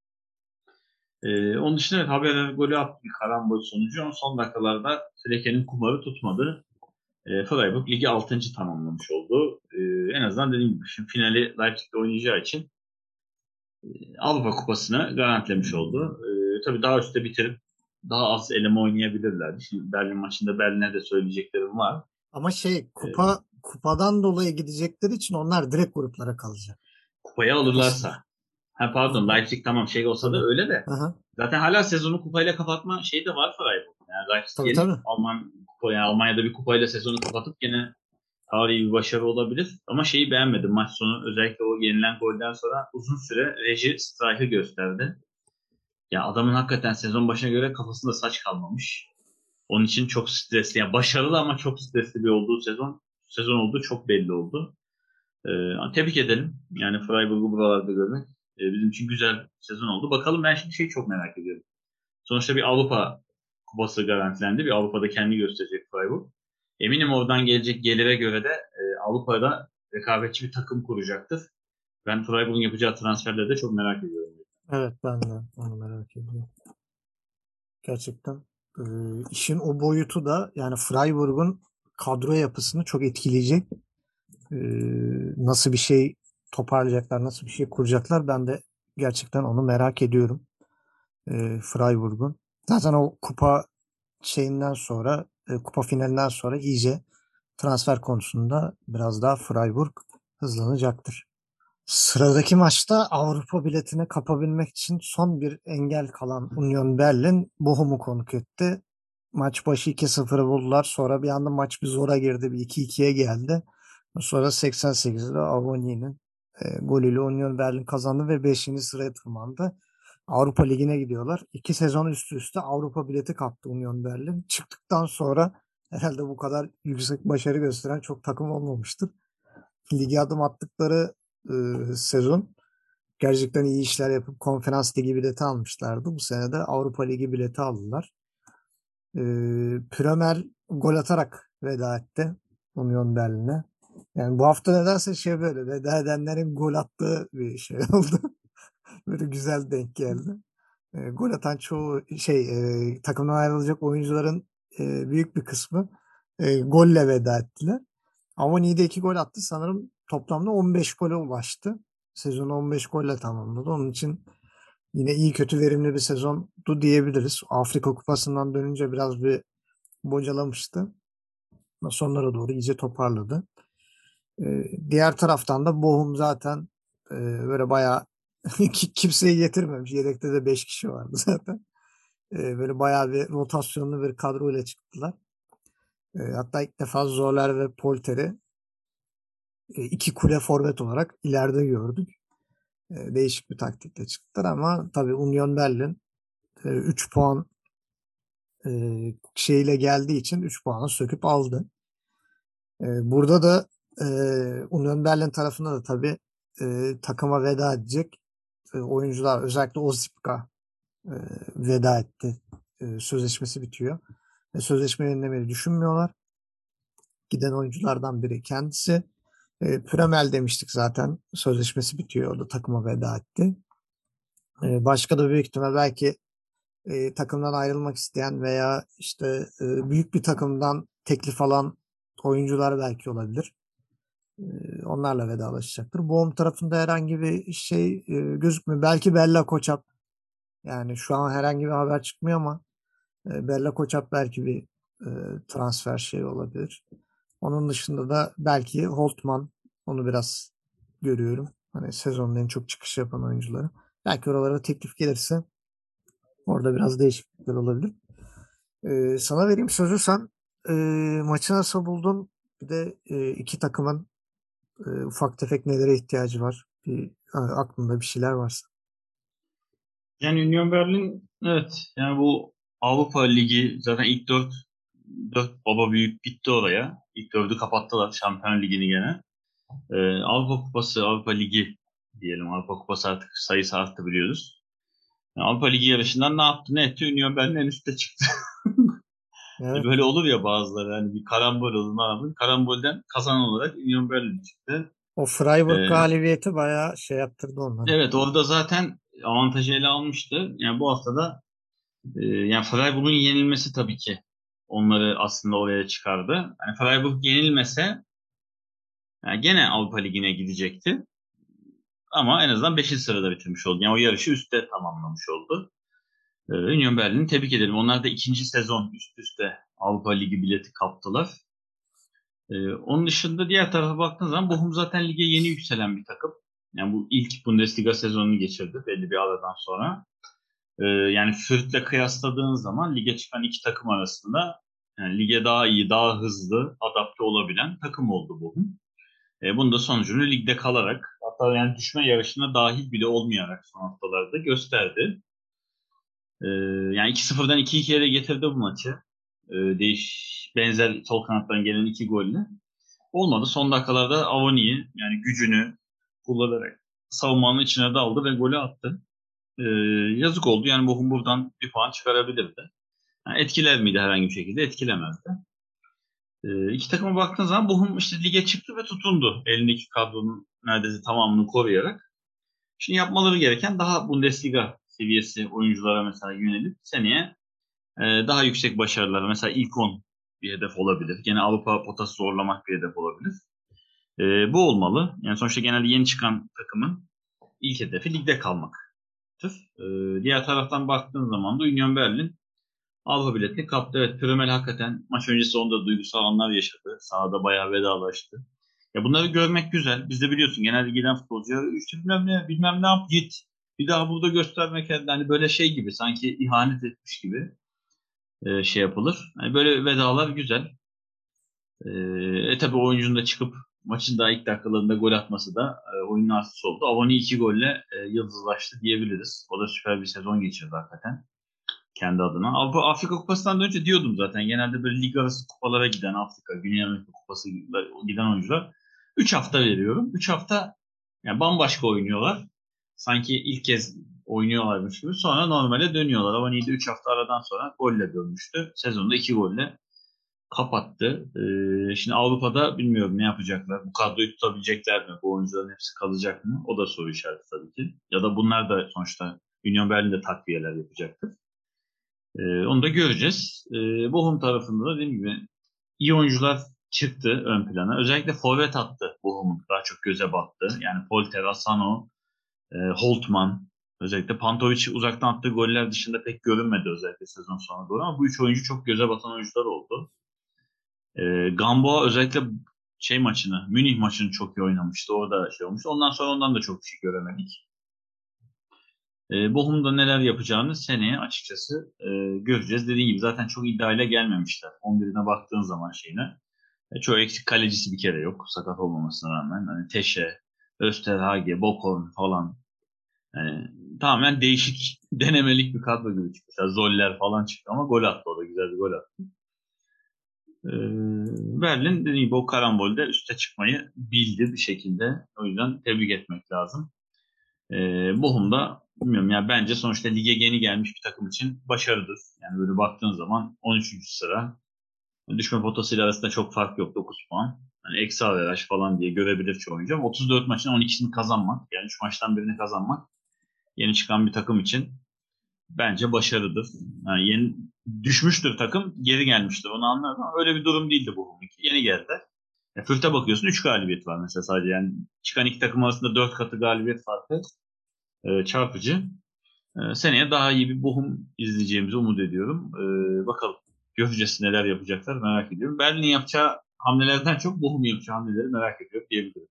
Ee, onun dışında evet, Haber golü attı bir karambol sonucu ama son dakikalarda Flecken'in kumarı tutmadı. E, Freiburg ligi altıncı tamamlamış oldu. E, en azından dediğim gibi şimdi finali Leipzig'te oynayacağı için e, Avrupa Kupası'nı garantilemiş oldu. E, tabii daha üstte bitirip daha az eleme oynayabilirlerdi. Şimdi Berlin maçında Berlin'e de söyleyeceklerim var. Ama şey E, kupa kupadan dolayı gidecekleri için onlar direkt gruplara kalacak. kupayı Kupasını. alırlarsa. Ha pardon Ama Leipzig tamam şey olsa da tabii. öyle de. Aha. Zaten hala sezonu kupayla kapatma şeyi de var Freiburg. Yani Leipzig Tabii yenip tabii. Alman kupa, yani Almanya'da bir kupayla sezonu kapatıp gene tarihi bir başarı olabilir. Ama şeyi beğenmedim maç sonu. Özellikle o yenilen golden sonra uzun süre reji Streich'ı gösterdi. Ya adamın hakikaten sezon başına göre kafasında saç kalmamış. Onun için çok stresli. Yani başarılı ama çok stresli bir olduğu sezon sezon olduğu çok belli oldu. Ee, tebrik edelim. Yani Freiburg'u buralarda görmek e, bizim için güzel sezon oldu. Bakalım ben şimdi şeyi çok merak ediyorum. Sonuçta bir Avrupa kupası garantilendi. Bir Avrupa'da kendi gösterecek Freiburg. Eminim oradan gelecek gelire göre de e, Avrupa'da rekabetçi bir takım kuracaktır. Ben Freiburg'un yapacağı transferleri de çok merak ediyorum. Evet ben de onu merak ediyorum. Gerçekten e, işin o boyutu da yani Freiburg'un kadro yapısını çok etkileyecek. E, nasıl bir şey toparlayacaklar, nasıl bir şey kuracaklar ben de gerçekten onu merak ediyorum. E, Freiburg'un. Zaten o kupa şeyinden sonra, e, kupa finalinden sonra iyice transfer konusunda biraz daha Freiburg hızlanacaktır. Sıradaki maçta Avrupa biletine kapabilmek için son bir engel kalan Union Berlin Bochum'u konuk etti. Maç başı iki sıfırı buldular. Sonra bir anda maç bir zora girdi. Bir iki ikiye geldi. Sonra seksen sekizde Avoni'nin E, golüyle Union Berlin kazandı ve beşinci sıraya tırmandı. Avrupa Ligi'ne gidiyorlar. İki sezon üst üste Avrupa bileti kaptı Union Berlin. Çıktıktan sonra herhalde bu kadar yüksek başarı gösteren çok takım olmamıştır. Ligi adım attıkları e, sezon gerçekten iyi işler yapıp Konferans Ligi bileti almışlardı. Bu sene de Avrupa Ligi bileti aldılar. E, Premier gol atarak veda etti Union Berlin'e. Yani bu hafta nedense şey böyle veda edenlerin gol attığı bir şey oldu. Böyle güzel denk geldi. E, gol atan çoğu şey e, takımdan ayrılacak oyuncuların e, büyük bir kısmı e, golle veda ettiler. Avoni de iki gol attı. Sanırım toplamda on beş gole ulaştı. Sezonu on beş golle tamamladı. Onun için yine iyi kötü verimli bir sezondu diyebiliriz. Afrika Kupası'ndan dönünce biraz bir bocalamıştı. Ama sonlara doğru iyice toparladı. Ee, diğer taraftan da Bochum zaten e, böyle bayağı kimseyi getirmemiş. Yedekte de beş kişi vardı zaten. Ee, böyle bayağı bir rotasyonlu bir kadroyla çıktılar. Ee, hatta ilk defa Zoller ve Polter'i e, iki kule forvet olarak ileride gördük. E, değişik bir taktikle çıktılar ama tabii Union Berlin e, üç puan e, şeyle geldiği için üç puanı söküp aldı. E, burada da e, Union Berlin tarafında da tabii e, takıma veda edecek e, oyuncular özellikle Osipka e, veda etti. E, sözleşmesi bitiyor. Ve sözleşme yenilemeyi düşünmüyorlar. Giden oyunculardan biri kendisi. E, Premel demiştik zaten. Sözleşmesi bitiyor. O da takıma veda etti. E, başka da büyük ihtimal belki e, takımdan ayrılmak isteyen veya işte e, büyük bir takımdan teklif alan oyuncular belki olabilir. E, onlarla vedalaşacaktır. Boğum tarafında herhangi bir şey e, gözükmüyor. Belki Bella Koçap. Yani şu an herhangi bir haber çıkmıyor ama e, Bella Koçap belki bir e, transfer şey olabilir. Onun dışında da belki Holtman. Onu biraz görüyorum. Hani sezonun en çok çıkış yapan oyuncuları. Belki oralara teklif gelirse orada biraz değişiklikler olabilir. Ee, sana vereyim sözü sen e, maçı nasıl buldun? Bir de e, iki takımın e, ufak tefek nelere ihtiyacı var? Bir, e, aklında bir şeyler varsa. Yani Union Berlin, evet, yani bu Avrupa Ligi zaten ilk dört dört baba büyük bitti oraya. İlk dördü kapattılar, Şampiyon Ligi'ni gene. Ee, Avrupa Kupası, Avrupa Ligi diyelim. Avrupa Kupası artık sayısı arttı biliyoruz. Yani Avrupa Ligi yarışından ne yaptı ne etti? Union Berlin en üstte çıktı. Evet. Böyle olur ya bazıları, hani bir karambol olur ne yapayım. Karambolden kazanan olarak Union Berlin çıktı. O Freiburg Ee, galibiyeti bayağı şey yaptırdı onları. evet, orada zaten avantajı ele almıştı. Yani bu haftada e, yani Freiburg'un yenilmesi tabii ki onları aslında oraya çıkardı. Yani Freiburg yenilmese yani gene Avrupa Ligi'ne gidecekti. Ama en azından beşinci sırada bitirmiş oldu. Yani o yarışı üstte tamamlamış oldu. Ee, Union Berlin'i tebrik edelim. Onlar da ikinci sezon üst üste Avrupa Ligi bileti kaptılar. Ee, onun dışında diğer tarafa baktığın zaman Bochum zaten lige yeni yükselen bir takım. Yani bu ilk Bundesliga sezonunu geçirdi belli bir aradan sonra. Ee, yani Fürth'le kıyasladığın zaman lige çıkan iki takım arasında yani lige daha iyi, daha hızlı adapte olabilen takım oldu Bochum. E, bunun da sonucunu ligde kalarak, hatta yani düşme yarışına dahil bile olmayarak son haftalarda gösterdi. E, yani iki sıfırdan iki ikiye de getirdi bu maçı. E, değiş benzer sol kanattan gelen iki golle. Olmadı. Son dakikalarda Avoni'yi yani gücünü kullanarak savunmanın içine daldı ve golü attı. E, yazık oldu. Yani Bochum buradan bir puan çıkarabilirdi. Yani etkiler miydi herhangi bir şekilde? Etkilemezdi. E, iki takıma baktığın zaman Bochum işte lige çıktı ve tutundu. Elindeki kadronun neredeyse tamamını koruyarak. Şimdi yapmaları gereken daha Bundesliga seviyesi oyunculara mesela yönelip seneye e, daha yüksek başarılar. Mesela ilk on bir hedef olabilir. Gene Avrupa potası zorlamak bir hedef olabilir. E, bu olmalı. Yani sonuçta genelde yeni çıkan takımın ilk hedefi ligde kalmaktır. E, diğer taraftan baktığın zaman da Union Berlin Avrupa biletini kaptı. Evet, Prömel hakikaten maç öncesi onda duygusal anlar yaşadı. Sahada bayağı vedalaştı. Ya bunları görmek güzel. Biz de biliyorsun genelde giden futbolcuya işte bilmem ne bilmem ne yap git. Bir daha burada gösterme kendini. Hani böyle şey gibi sanki ihanet etmiş gibi e, şey yapılır. Hani böyle vedalar güzel. E, e tabi oyuncunun da çıkıp maçın daha ilk dakikalarında gol atması da e, oyunun artısı oldu. Avani iki golle e, yıldızlaştı diyebiliriz. O da süper bir sezon geçirdi hakikaten kendi adına. Avrupa Afrika Kupası'ndan da önce diyordum zaten. Genelde böyle lig arası kupalara giden Afrika, Güney Amerika Kupası giden oyuncular üç hafta veriyorum. üç hafta yani bambaşka oynuyorlar. Sanki ilk kez oynuyorlarmış gibi. Sonra normale dönüyorlar. Avani'yi de üç hafta aradan sonra golle dönmüştü. Sezonda iki golle kapattı. Ee, şimdi Avrupa'da bilmiyorum ne yapacaklar. Bu kadroyu tutabilecekler mi? Bu oyuncuların hepsi kalacak mı? O da soru işareti tabii ki. Ya da bunlar da sonuçta Union Berlin'de takviyeler yapacaktır. Ee, onu da göreceğiz. Ee, Bochum tarafında da dediğim gibi iyi oyuncular çıktı ön plana. Özellikle forvet attı Bochum'un daha çok göze battı. Yani Polter, Asano, e, Holtman, özellikle Pantovic uzaktan attığı goller dışında pek görünmedi özellikle sezon sonuna doğru ama bu üç oyuncu çok göze batan oyuncular oldu. E, Gamboa özellikle şey maçını, Münih maçını çok iyi oynamıştı. Orada şey olmuştu. Ondan sonra ondan da çok bir şey göremedik. E, Bochum'da neler yapacağını seneye açıkçası e, göreceğiz. Dediğim gibi zaten çok iddiayla gelmemişler. on birine baktığın zaman şeyine. E, çoğu eksik kalecisi bir kere yok. Sakat olmamasına rağmen. Hani Teşe, Österhage, Bokorn falan. Yani, tamamen değişik denemelik bir kadro gibi çıktı. Mesela Zoller falan çıktı ama gol attı. O da güzel bir gol attı. Ee, Berlin dediğim gibi o karambolde üste çıkmayı bildi bir şekilde. O yüzden tebrik etmek lazım. Ee, Bochum da bilmiyorum ya bence sonuçta lige yeni gelmiş bir takım için başarıdır. Yani böyle baktığın zaman on üçüncü sıra. Düşme potasıyla arasında çok fark yok. dokuz puan. Hani eksi averaj falan diye görebilir çoğu oyuncu ama otuz dört maçın on ikisini kazanmak. Yani üç maçtan birini kazanmak yeni çıkan bir takım için bence başarıdır. Yani yeni düşmüştür takım, geri gelmiştir. Onu anlarım ama öyle bir durum değildi bu. Yeni geldi. Ya Fürth'e bakıyorsun üç galibiyet var mesela sadece. Yani çıkan iki takım arasında dört katı galibiyet farkı e, çarpıcı. E, seneye daha iyi bir Bochum izleyeceğimizi umut ediyorum. E, bakalım. Göreceğiz neler yapacaklar merak ediyorum. Berlin'in yapacağı hamlelerden çok Bochum'un yapacağı hamleleri merak ediyorum diyebilirim.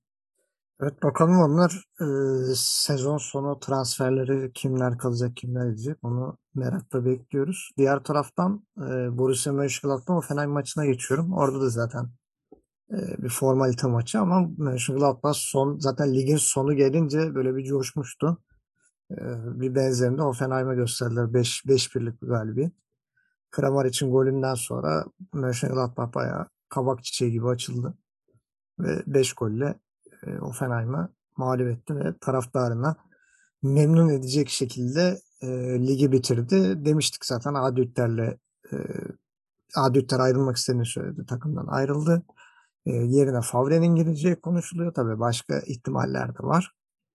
Evet, bakalım onlar e, sezon sonu transferleri kimler kalacak kimler edecek onu merakla bekliyoruz. Diğer taraftan e, Borussia Mönchengladbach Hoffenheim maçına geçiyorum. Orada da zaten e, bir formalite maçı ama Mönchengladbach son zaten ligin sonu gelince böyle bir coşmuştu. E, bir benzerini de Hoffenheim'e gösterdiler. beş beş birlik bir galibiyet. Kramaric'in golünden sonra Mönchengladbach bayağı kabak çiçeği gibi açıldı ve beş golle e, Hoffenheim'ı mağlup etti ve taraftarına memnun edecek şekilde e, ligi bitirdi. Demiştik zaten Adi Hütter'le e, Adi Hütter ayrılmak istediğini söyledi. Takımdan ayrıldı. E, yerine Favre'nin gireceği konuşuluyor. Tabii başka ihtimaller de var.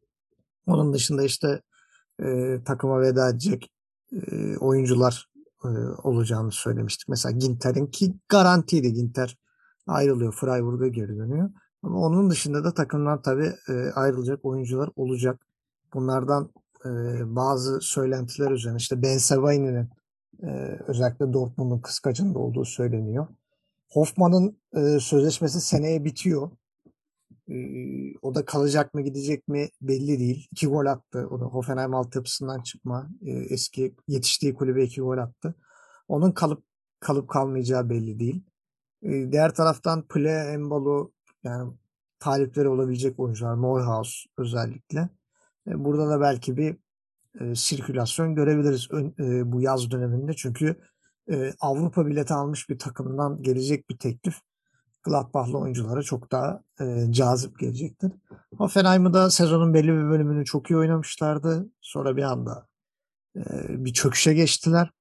Onun dışında işte e, takıma veda edecek e, oyuncular e, olacağını söylemiştik. Mesela Ginter'in ki garantiydi. Ginter ayrılıyor. Freiburg'a geri dönüyor. Ama onun dışında da takımdan tabii e, ayrılacak oyuncular olacak. Bunlardan e, bazı söylentiler üzerine işte Ben Sebaini'nin e, özellikle Dortmund'un kıskacında olduğu söyleniyor. Hoffman'ın e, sözleşmesi seneye bitiyor. E, o da kalacak mı gidecek mi belli değil. İki gol attı. O da Hoffenheim altyapısından çıkma. E, eski yetiştiği kulübe iki gol attı. Onun kalıp kalıp kalmayacağı belli değil. E, diğer taraftan Ple, Embolo yani talipleri olabilecek oyuncular. Neuhaus özellikle. E, burada da belki bir e, sirkülasyon görebiliriz ön, e, bu yaz döneminde. Çünkü e, Avrupa bileti almış bir takımdan gelecek bir teklif Gladbach'lı oyunculara çok daha e, cazip gelecektir. Hoffenheim'ı da sezonun belli bir bölümünü çok iyi oynamışlardı. Sonra bir anda e, bir çöküşe geçtiler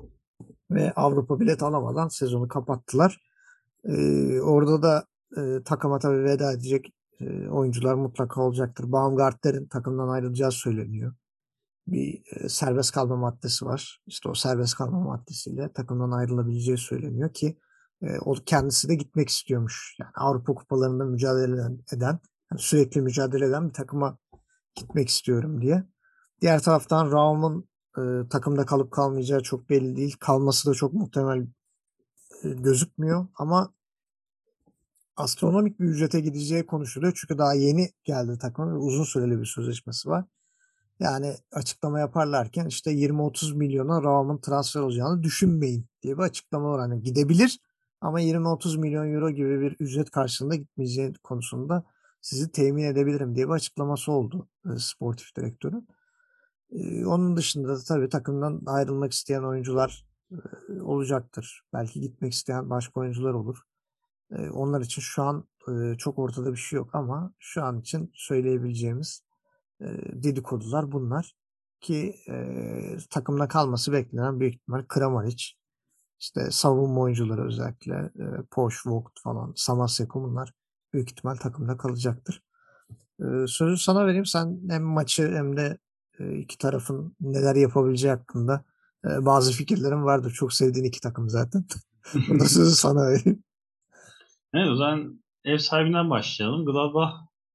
ve Avrupa bilet alamadan sezonu kapattılar. E, orada da e, takıma tabii veda edecek e, oyuncular mutlaka olacaktır. Baumgartner'in takımdan ayrılacağı söyleniyor. Bir e, serbest kalma maddesi var. İşte o serbest kalma maddesiyle takımdan ayrılabileceği söyleniyor ki e, o kendisi de gitmek istiyormuş. Yani Avrupa kupalarında mücadele eden, eden yani sürekli mücadele eden bir takıma gitmek istiyorum diye. Diğer taraftan Raum'un e, takımda kalıp kalmayacağı çok belli değil. Kalması da çok muhtemel e, gözükmüyor ama astronomik bir ücrete gideceği konuşuluyor. Çünkü daha yeni geldi takıma ve uzun süreli bir sözleşmesi var. Yani açıklama yaparlarken işte yirmi otuz milyona Raum'un transfer olacağını düşünmeyin diye bir açıklama var. Hani gidebilir Ama yirmi otuz milyon euro gibi bir ücret karşılığında gitmeyeceği konusunda sizi temin edebilirim diye bir açıklaması oldu e, sportif direktörün. E, onun dışında da tabii takımdan ayrılmak isteyen oyuncular e, olacaktır. Belki gitmek isteyen başka oyuncular olur. E, onlar için şu an e, çok ortada bir şey yok ama şu an için söyleyebileceğimiz e, dedikodular bunlar. Ki e, takımda kalması beklenen büyük ihtimal Kramaric, işte savunma oyuncuları özellikle e, Poş, Vogt falan, Samaseko bunlar büyük ihtimal takımda kalacaktır. E, sözü sana vereyim. Sen hem maçı hem de e, iki tarafın neler yapabileceği hakkında e, bazı fikirlerin vardır. Çok sevdiğin iki takım zaten. Burada sözü sana vereyim. Evet, o zaman ev sahibinden başlayalım. Gladbach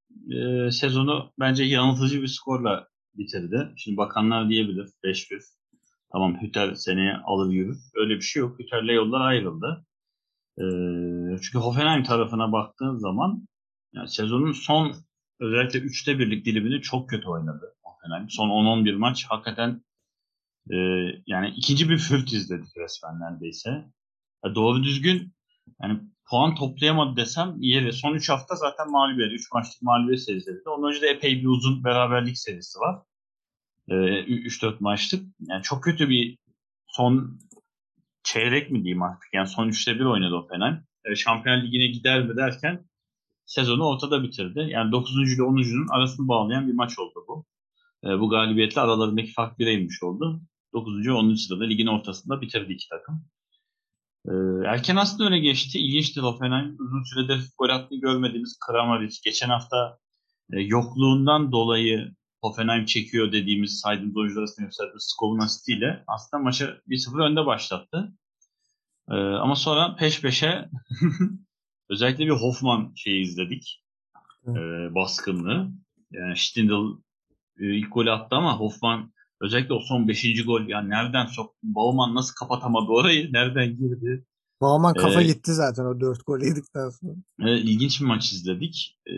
e, sezonu bence yanıltıcı bir skorla bitirdi. Şimdi bakanlar diyebilir beş bir. Tamam, Hütter seneye alır yürür. Öyle bir şey yok. Hütter'le yollar ayrıldı. E, çünkü Hoffenheim tarafına baktığın zaman yani sezonun son özellikle üçte birlik dilimini çok kötü oynadı Hoffenheim. Son on on bir maç hakikaten e, yani ikinci bir fürt izledik resmen neredeyse. Ya doğru düzgün yani puan toplayamadı desem yeri. Son üç hafta zaten mağlubiyet. üç maçlık mağlubiyet serisi. Onun önce de epey bir uzun beraberlik serisi var. Ee, üç dört maçlık. Yani çok kötü bir son çeyrek mi diyeyim artık. Yani son üçte bir oynadı o Fener. Ee, Şampiyon Ligi'ne gider mi derken sezonu ortada bitirdi. Yani dokuzuncu ile onuncunun arasını bağlayan bir maç oldu bu. Ee, bu galibiyetle aralarındaki fark bire inmiş oldu. dokuzuncu ve onuncu sırada ligin ortasında bitirdi iki takım. Ee, erken aslında öne geçti. İlginçti Hoffenheim. Uzun süredir gol attığını görmediğimiz Kramaric. Geçen hafta e, yokluğundan dolayı Hoffenheim çekiyor dediğimiz saydığımız oyuncular arasında gösterdiği Skov'un asistiyle aslında maçı bir sıfır önde başlattı. Ee, ama sonra peş peşe özellikle bir Hoffman şeyi izledik. E, baskınlığı. Yani Stindl e, ilk golü attı ama Hoffman özellikle o son beşinci gol yani nereden soktu? Baumann nasıl kapatamadı orayı? Nereden girdi? Baumann kafa Ee, gitti zaten o dört gol yedikten sonra. e, ilginç bir maç izledik. Ee,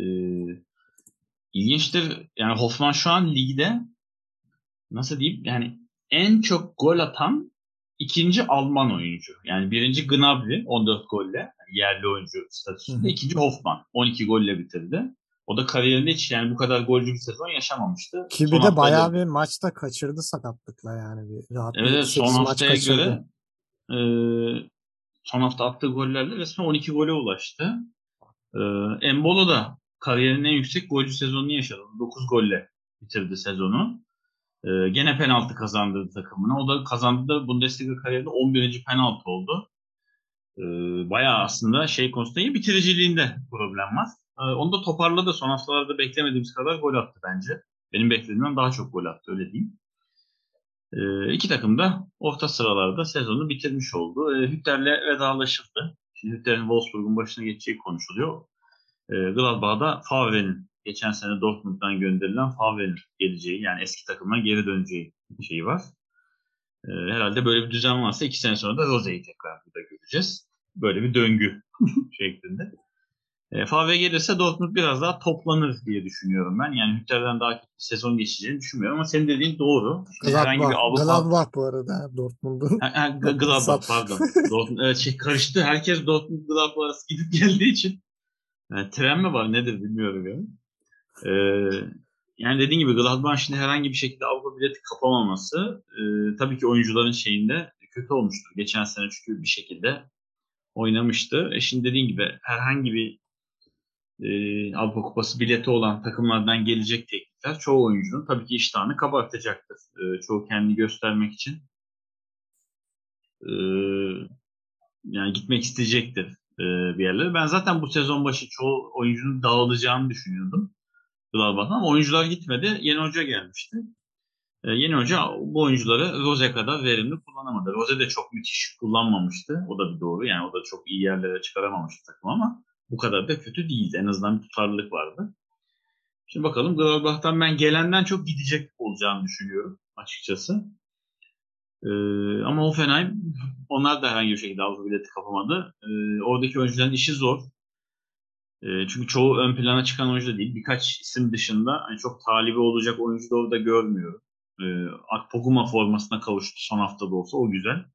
ilginçtir. Yani Hoffman şu an ligde nasıl diyeyim yani en çok gol atan ikinci Alman oyuncu. Yani birinci Gnabry on dört golle yani yerli oyuncu statüsünde. İkinci Hoffman on iki golle bitirdi. O da kariyerinde hiç yani bu kadar golcü bir sezon yaşamamıştı. Ki Son bir de haftayla bayağı bir maçta kaçırdı sakatlıkla yani. Bir, rahat bir evet, yedi son sekiz maç haftaya kaçırdı. göre e, son hafta attığı gollerle resmen on iki gole ulaştı. Ee, Embolo da kariyerinin en yüksek golcü sezonunu yaşadı. dokuz golle bitirdi sezonu. Ee, gene penaltı kazandırdı takımına. O da kazandı da Bundesliga kariyerinde on birinci penaltı oldu. Ee, bayağı aslında şey konusunda iyi bitiriciliğinde problem var. Ee, onu da toparladı. Son haftalarda beklemediğimiz kadar gol attı bence. Benim beklediğimden daha çok gol attı öyle diyeyim. Ee, iki takım da orta sıralarda sezonu bitirmiş oldu. Ee, Hütter'le vedalaşıldı. Şimdi Hütter'in Wolfsburg'un başına geçeceği konuşuluyor. E, Gladbach'da Favre'nin geçen sene Dortmund'dan gönderilen Favre'nin geleceği yani eski takımına geri döneceği şeyi var. E, herhalde böyle bir düzen varsa iki sene sonra da Rose'yi tekrar burada göreceğiz. Böyle bir döngü şeklinde. E, Favre gelirse Dortmund biraz daha toplanır diye düşünüyorum ben. Yani Hütter'den daha kötü bir sezon geçeceğini düşünmüyorum ama senin dediğin doğru. Şimdi herhangi bir Gladbach. Avrupa Gladbach bu arada Dortmund'un. ha, ha, G- Gladbach pardon. Dortmund, evet, şey karıştı. Herkes Dortmund Gladbach arası gidip geldiği için yani tren mi var nedir bilmiyorum yani. Ee, yani dediğin gibi Gladbach şimdi herhangi bir şekilde Avrupa bileti kapamaması e, tabii ki oyuncuların şeyinde kötü olmuştur. Geçen sene çünkü bir şekilde oynamıştı. E şimdi dediğin gibi herhangi bir e, Avrupa Kupası bileti olan takımlardan gelecek teklifler çoğu oyuncunun tabii ki iştahını kabartacaktır. E, çoğu kendini göstermek için e, yani gitmek isteyecektir e, bir yerlere. Ben zaten bu sezon başı çoğu oyuncunun dağılacağını düşünüyordum. Gladbach'tan ama oyuncular gitmedi. Yeni hoca gelmişti. Ee, yeni hoca bu oyuncuları Rose kadar verimli kullanamadı. Rose de çok müthiş kullanmamıştı. O da bir doğru. Yani o da çok iyi yerlere çıkaramamıştı takım ama bu kadar da kötü değildi. En azından bir tutarlılık vardı. Şimdi bakalım Gladbach'tan ben gelenden çok gidecek olacağını düşünüyorum açıkçası. Ee, ama Hoffenheim onlar da herhangi bir şekilde Avrupa bileti kapamadı. Ee, oradaki oyuncuların işi zor. E, çünkü çoğu ön plana çıkan oyuncu da değil. Birkaç isim dışında hani çok talibi olacak oyuncu da orada görmüyorum. E, Akpoguma formasına kavuştu son haftada olsa o güzel.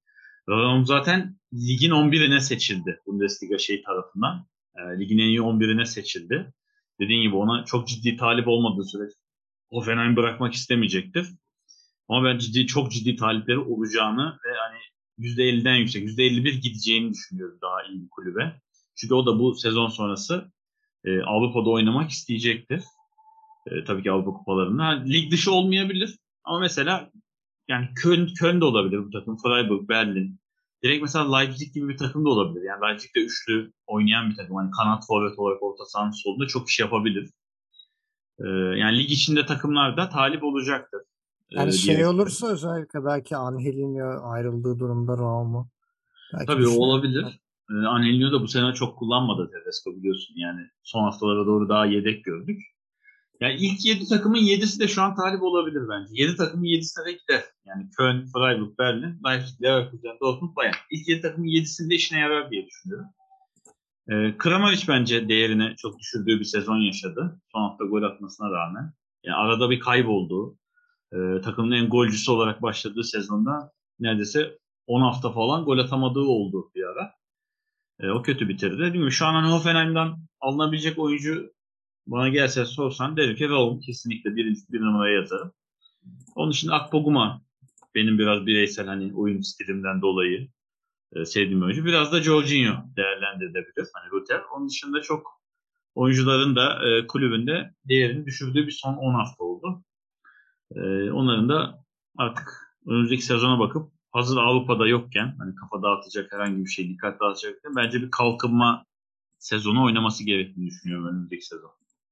Ronaldo zaten ligin on birine seçildi Bundesliga şey tarafından. E, ligin en iyi on birine seçildi. Dediğin gibi ona çok ciddi talip olmadığı sürece Hoffenheim bırakmak istemeyecektir. Ama ben ciddi çok ciddi talipleri olacağını ve hani yüzde elliden yüksek, yüzde elli bir gideceğini düşünüyorum daha iyi bir kulübe. Çünkü o da bu sezon sonrası e, Avrupa'da oynamak isteyecektir. E, tabii ki Avrupa kupalarında. Ha, lig dışı olmayabilir ama mesela yani Köln, Köln de olabilir bu takım. Freiburg, Berlin. Direkt mesela Leipzig gibi bir takım da olabilir. Yani Leipzig de üçlü oynayan bir takım. Hani kanat forvet olarak orta sahanın solunda çok iş yapabilir. E, yani lig içinde takımlar da talip olacaktır Yani e, diye şey bekliyorum. olursa özellikle belki Angelino ayrıldığı durumda Roma belki Tabii o düşünebilirler. olabilir. E, Angelino da bu sene çok kullanmadı Tedesco biliyorsun. Yani son haftalara doğru daha yedek gördük. Yani ilk yedi takımın yedisi de şu an talip olabilir bence. Yedi takımın yedisine de gider. Yani Köln, Freiburg, Berlin, Leipzig, Leverkusen, Dortmund, Bayern. İlk yedi takımın yedisinde işine yarar diye düşünüyorum. Ee, Kramaric bence değerini çok düşürdüğü bir sezon yaşadı. Son hafta gol atmasına rağmen. Yani arada bir kayboldu. Ee, takımın en golcüsü olarak başladığı sezonda neredeyse on hafta falan gol atamadığı oldu bir ara. Ee, o kötü bitirdi. Dediğim gibi şu an hani Hoffenheim'dan alınabilecek oyuncu bana gelse sorsan derim ki Raum kesinlikle birinci bir numaraya yazarım. Onun için Akpoguma benim biraz bireysel hani oyun stilimden dolayı e, sevdiğim oyuncu. Biraz da Jorginho değerlendirilebilir. Hani Rutter. Onun dışında çok oyuncuların da e, kulübünde değerini düşürdüğü bir son on hafta oldu. E, onların da artık önümüzdeki sezona bakıp hazır Avrupa'da yokken hani kafa dağıtacak herhangi bir şey dikkat dağıtacakken bence bir kalkınma sezonu oynaması gerektiğini düşünüyorum önümüzdeki sezon.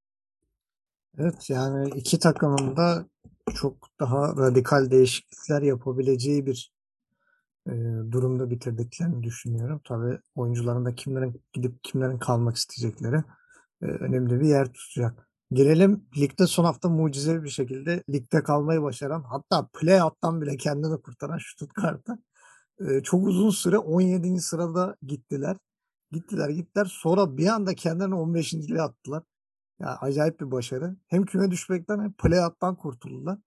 Evet yani iki takımın da çok daha radikal değişiklikler yapabileceği bir e, durumda bitirdiklerini düşünüyorum. Tabii oyuncuların da kimlerin gidip kimlerin kalmak isteyecekleri e, önemli bir yer tutacak. Gelelim ligde son hafta mucizevi bir şekilde ligde kalmayı başaran hatta play-out'tan bile kendini kurtaran Stuttgart'a. E, çok uzun süre on yedinci sırada gittiler. Gittiler gittiler sonra bir anda kendilerini on beşinciliğe attılar. Ya acayip bir başarı. Hem küme düşmekten hem play-out'tan kurtuldular.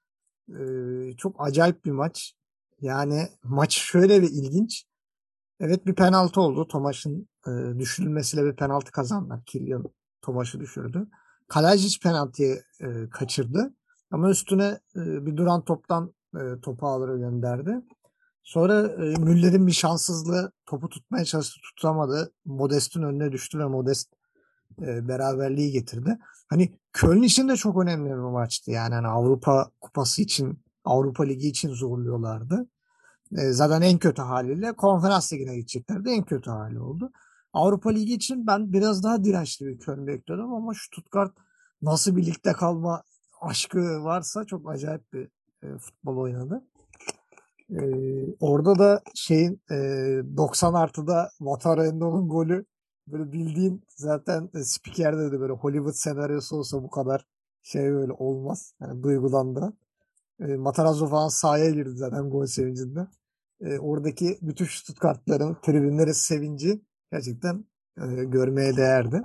Ee, çok acayip bir maç. Yani maç şöyle bir ilginç. Evet bir penaltı oldu. Tomaş'ın e, düşürülmesiyle bir penaltı kazandılar. Kylian Tomaş'ı düşürdü. Kalajdzic penaltıyı e, kaçırdı. Ama üstüne e, bir duran toptan e, topu ağlara gönderdi. Sonra e, Müller'in bir şanssızlığı topu tutmaya çalıştı tutamadı. Modest'in önüne düştü ve Modest e, beraberliği getirdi. Hani Köln için de çok önemli bir maçtı. Yani hani Avrupa Kupası için, Avrupa Ligi için zorluyorlardı. E, zaten en kötü haliyle Konferans Ligi'ne gideceklerdi. En kötü hali oldu. Avrupa Ligi için ben biraz daha dirençli bir Köln bekliyordum ama Stuttgart nasıl bir ligde kalma aşkı varsa çok acayip bir e, futbol oynadı. E, orada da şeyin e, doksan artıda Wataru Endo'nun golü böyle bildiğin zaten e, spiker dedi böyle Hollywood senaryosu olsa bu kadar şey böyle olmaz. Yani duygulandı. E, Matarazzo falan sahaya girdi zaten gol sevincinde. E, oradaki bütün Stuttgartların tribünlerin sevinci gerçekten e, görmeye değerdi.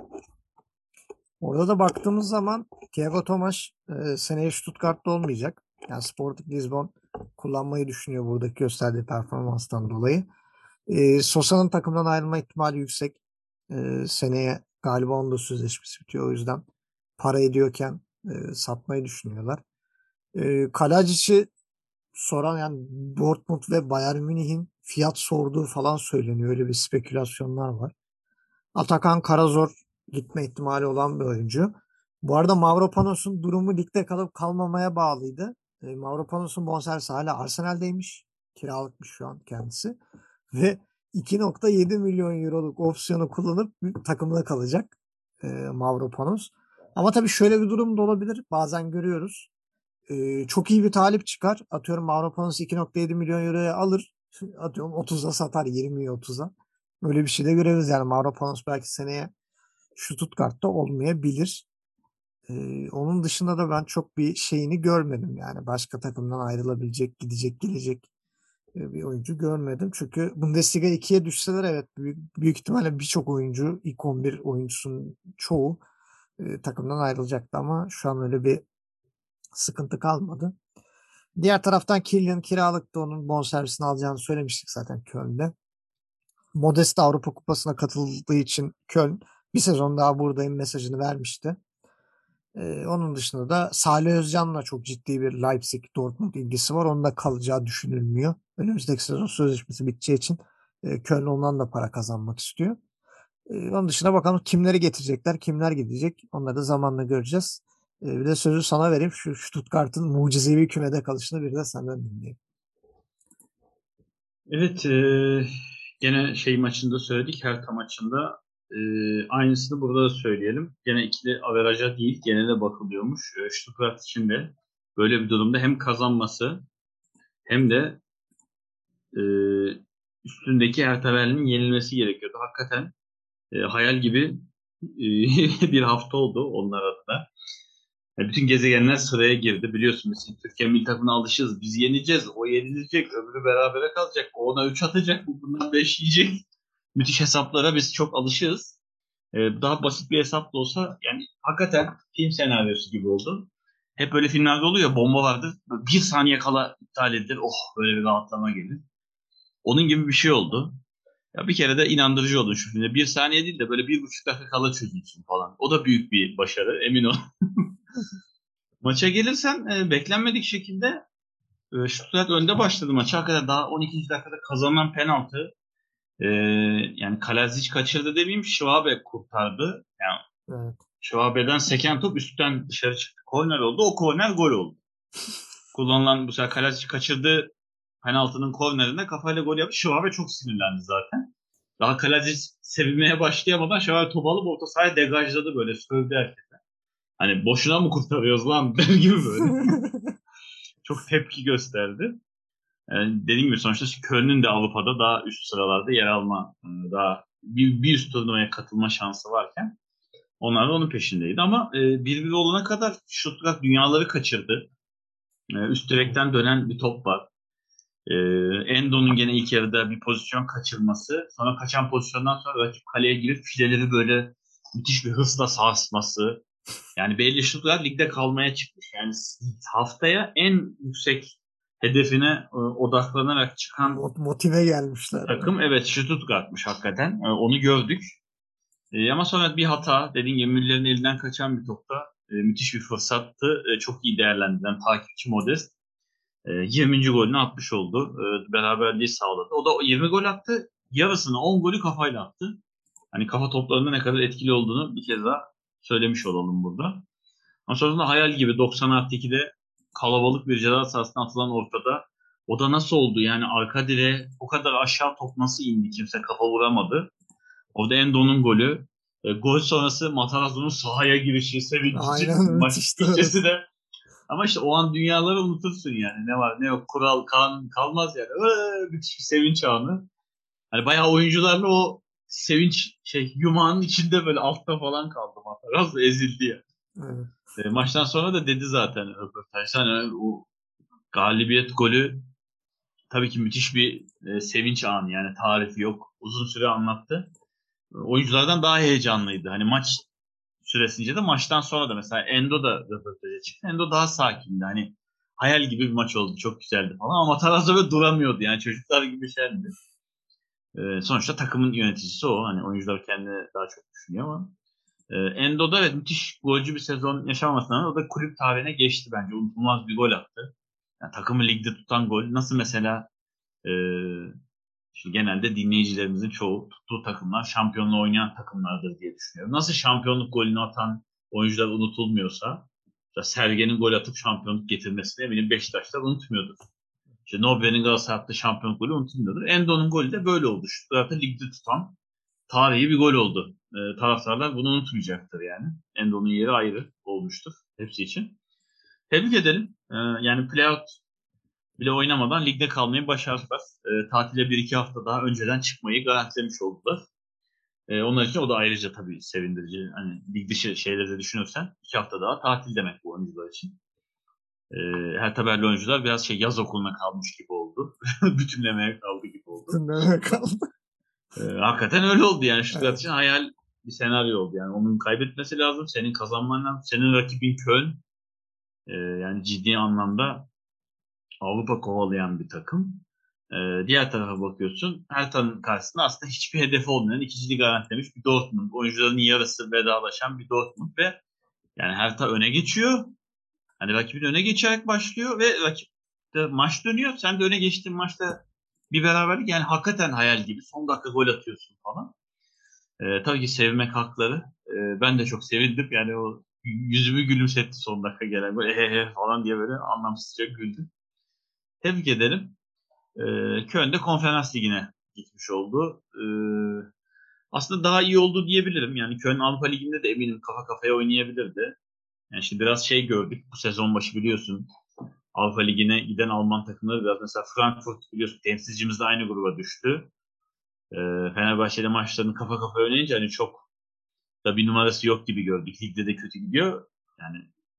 Orada da baktığımız zaman Thiago Tomaş e, seneye Stuttgart'ta olmayacak. Yani Sporting Lisbon kullanmayı düşünüyor buradaki gösterdiği performanstan dolayı. E, Sosa'nın takımdan ayrılma ihtimali yüksek. E, seneye galiba onun da sözleşmesi bitiyor. O yüzden para ediyorken e, satmayı düşünüyorlar. E, Kalajdzic'i soran yani Dortmund ve Bayern Münih'in fiyat sorduğu falan söyleniyor. Öyle bir spekülasyonlar var. Atakan Karazor gitme ihtimali olan bir oyuncu. Bu arada Mavropanos'un durumu ligde kalıp kalmamaya bağlıydı. E, Mavropanos'un bonservisi hala Arsenal'deymiş. Kiralıkmış şu an kendisi. Ve iki nokta yedi milyon euroluk opsiyonu kullanıp takımda kalacak e, Mavropanos. Ama tabii şöyle bir durum da olabilir. Bazen görüyoruz. E, çok iyi bir talip çıkar. Atıyorum Mavropanos iki nokta yedi milyon euroya alır. Atıyorum otuza satar yirmiye otuza. Böyle bir şey de görebiliriz. Yani Mavropanos belki seneye Stuttgart'ta olmayabilir. Ee, onun dışında da ben çok bir şeyini görmedim. Yani başka takımdan ayrılabilecek, gidecek, gelecek e, bir oyuncu görmedim. Çünkü Bundesliga ikiye düşseler evet büyük, büyük ihtimalle birçok oyuncu, ilk on bir oyuncusunun çoğu e, takımdan ayrılacaktı ama şu an öyle bir sıkıntı kalmadı. Diğer taraftan Kylian kiralıkta, onun bonservisini alacağını söylemiştik zaten Köln'de. Modest Avrupa Kupası'na katıldığı için Köln bir sezon daha buradayım mesajını vermişti. Ee, onun dışında da Salih Özcan'la çok ciddi bir Leipzig Dortmund ilgisi var. Onun da kalacağı düşünülmüyor. Önümüzdeki sezon sözleşmesi biteceği için e, Köln ondan da para kazanmak istiyor. E, onun dışında bakalım kimleri getirecekler, kimler gidecek. Onları da zamanla göreceğiz. E, bir de sözü sana vereyim. Şu Stuttgart'ın mucizevi kümede kalışını bir de senden dinleyeyim. Evet, e, gene şey maçında söyledik, Hertha maçında e, aynısını burada da söyleyelim. Gene ikili averaja değil, genele bakılıyormuş. E, Stuttgart için de böyle bir durumda hem kazanması hem de e, üstündeki Hertha Berlin'in yenilmesi gerekiyordu. Hakikaten e, hayal gibi e, bir hafta oldu onlar adına. Yani bütün gezegenler sıraya girdi. Biliyorsun biz Türkiye milli takımına alışırız. Biz yeneceğiz. O yenilecek. Öbürü berabere kalacak. O ona üç atacak. Bu bundan beş yiyecek. Müthiş hesaplara biz çok alışığız. Ee, daha basit bir hesap da olsa yani hakikaten film senaryosu gibi oldu. Hep böyle filmlerde oluyor. Bomba vardır. Böyle bir saniye kala iptal edilir. Oh, böyle bir rahatlama gelir. Onun gibi bir şey oldu. Ya bir kere de inandırıcı oldu şu filmde. Bir saniye değil de böyle bir buçuk dakika kala çözülsün falan. O da büyük bir başarı, emin ol. Maça gelirsen e, beklenmedik şekilde e, Stuttgart önde başladı maça. Hakikaten daha on ikinci dakikada kazanılan penaltı, e, yani Kalajdzic kaçırdı demeyeyim, Schwabe kurtardı. Yani Evet. Schwabe'den seken top üstten dışarı çıktı. Korner oldu. O korner gol oldu. Kullanılan bu sefer Kalajdzic kaçırdı penaltının kornerinde kafayla gol yaptı. Schwabe çok sinirlendi zaten. Daha Kalajdzic sevinmeye başlayamadan Schwabe topu alıp orta sahaya degajladı, böyle sövdü herkese. Hani boşuna mı kurtarıyoruz lan der gibi böyle. Çok tepki gösterdi. Yani dediğim gibi sonuçta Köln'ün de Avrupa'da daha üst sıralarda yer alma, daha bir, bir üst turnuvaya katılma şansı varken onlar da onun peşindeydi. Ama e, bir bir olana kadar Stuttgart dünyaları kaçırdı. E, üst direkten dönen bir top var. E, Endo'nun gene ilk yarıda bir pozisyon kaçırması, sonra kaçan pozisyondan sonra rakip kaleye girip fileleri böyle müthiş bir hırsla sarsması. Yani belli Stuttgart ligde kalmaya çıkmış. Yani haftaya en yüksek hedefine e, odaklanarak çıkan Motive gelmişler. takım evet Stuttgart'mış hakikaten. E, onu gördük. E, ama sonra bir hata, dediğim gibi Müller'in elinden kaçan bir topta e, müthiş bir fırsattı. E, çok iyi değerlendiren takipçi Modest e, yirminci golünü atmış oldu. E, beraberliği sağladı. O da yirmi gol attı. Yarısını on golü kafayla attı. Hani kafa toplarında ne kadar etkili olduğunu bir kez daha söylemiş olalım burada. Ama sonrasında hayal gibi doksan artı ikide kalabalık bir ceza sahasına atılan ortada. O da nasıl oldu? Yani arka direğe o kadar aşağı top nasıl indi? Kimse kafa vuramadı. Orada Endo'nun golü. E, gol sonrası Materazzo'nun sahaya girişi, sevinci, Aynen, maç müthişti. içesi de. Ama işte o an dünyaları unutursun yani. Ne var ne yok, kural kan kalmaz yani. Ee, müthiş bir sevinç anı. Hani bayağı oyuncularla o sevinç şey yumağının içinde böyle altta falan kaldı Materazzo, ezildi ya. Evet. E, maçtan sonra da dedi zaten röportajda, hani o galibiyet golü tabii ki müthiş bir e, sevinç anı, yani tarifi yok. Uzun süre anlattı. E, oyunculardan daha heyecanlıydı. Hani maç süresince de maçtan sonra da mesela Endo da röportaja çıktı. Endo daha sakindi. Hani hayal gibi bir maç oldu. Çok güzeldi falan ama Matarazzo böyle duramıyordu. Yani çocuklar gibi şeydi. E, sonuçta takımın yöneticisi o. Hani oyuncular kendini daha çok düşünüyor ama Ee, Endo'da evet müthiş golcü bir sezon yaşamasına rağmen o da kulüp tarihine geçti bence. Unutulmaz bir gol attı. Yani takımı ligde tutan gol. Nasıl mesela e, şimdi genelde dinleyicilerimizin çoğu tuttuğu takımlar şampiyonluğu oynayan takımlardır diye düşünüyorum. Nasıl şampiyonluk golünü atan oyuncular unutulmuyorsa, mesela Sergen'in gol atıp şampiyonluk getirmesini eminim Beşiktaşlar unutmuyordur. İşte Nobre'nin Galatasaray attığı şampiyonluk golü unutulmuyordur. Endo'nun golü de böyle oldu. Şu tarafta ligde tutan tarihi bir gol oldu. E, taraftarlar bunu unutmayacaktır yani. Endo'nun yeri ayrı olmuştur hepsi için. Tebrik edelim. E, yani playout bile oynamadan ligde kalmayı başardılar. E, tatile bir iki hafta daha önceden çıkmayı garantilemiş oldular. E, onlar için o da ayrıca tabii sevindirici. Hani lig dışı şeyleri de düşünürsen iki hafta daha tatil demek bu oyuncular için. E, Hertha Berlin oyuncular biraz şey yaz okuluna kalmış gibi oldu. Bütünlemeye kaldı gibi oldu. Bütünlemeye kaldı. E, hakikaten öyle oldu yani. Stuttgart Evet. için hayal bir senaryo oldu. Yani onun kaybetmesi lazım. Senin kazanman lazım. Senin rakibin Köln. E, yani ciddi anlamda Avrupa kovalayan bir takım. Ee, diğer tarafa bakıyorsun. Hertha'nın karşısında aslında hiçbir hedefi olmayan, ikinciliği garantilemiş bir Dortmund. Oyuncuların yarısı vedalaşan bir Dortmund ve yani Hertha öne geçiyor. Hani rakibin öne geçerek başlıyor ve rakip de maç dönüyor. Sen de öne geçtiğin maçta bir beraberlik, yani hakikaten hayal gibi. Son dakika gol atıyorsun falan. Ee, tabii ki sevmek hakları. Ee, ben de çok sevindim. Yani o yüzümü gülümsetti son dakika gelen gol. Ehehe falan diye böyle anlamsızca güldüm. Tebrik ederim. Ee, Köln de Konferans Ligi'ne gitmiş oldu. Ee, aslında daha iyi oldu diyebilirim. Yani Köln Avrupa Ligi'nde de eminim kafa kafaya oynayabilirdi. Yani şimdi biraz şey gördük bu sezon başı, biliyorsun. Avrupa Ligi'ne giden Alman takımları biraz, mesela Frankfurt biliyorsun temsilcimiz de aynı gruba düştü. Ee, Fenerbahçe'de maçlarını kafa kafaya oynayınca hani çok da bir numarası yok gibi gördük. Ligde de kötü gidiyor. Yani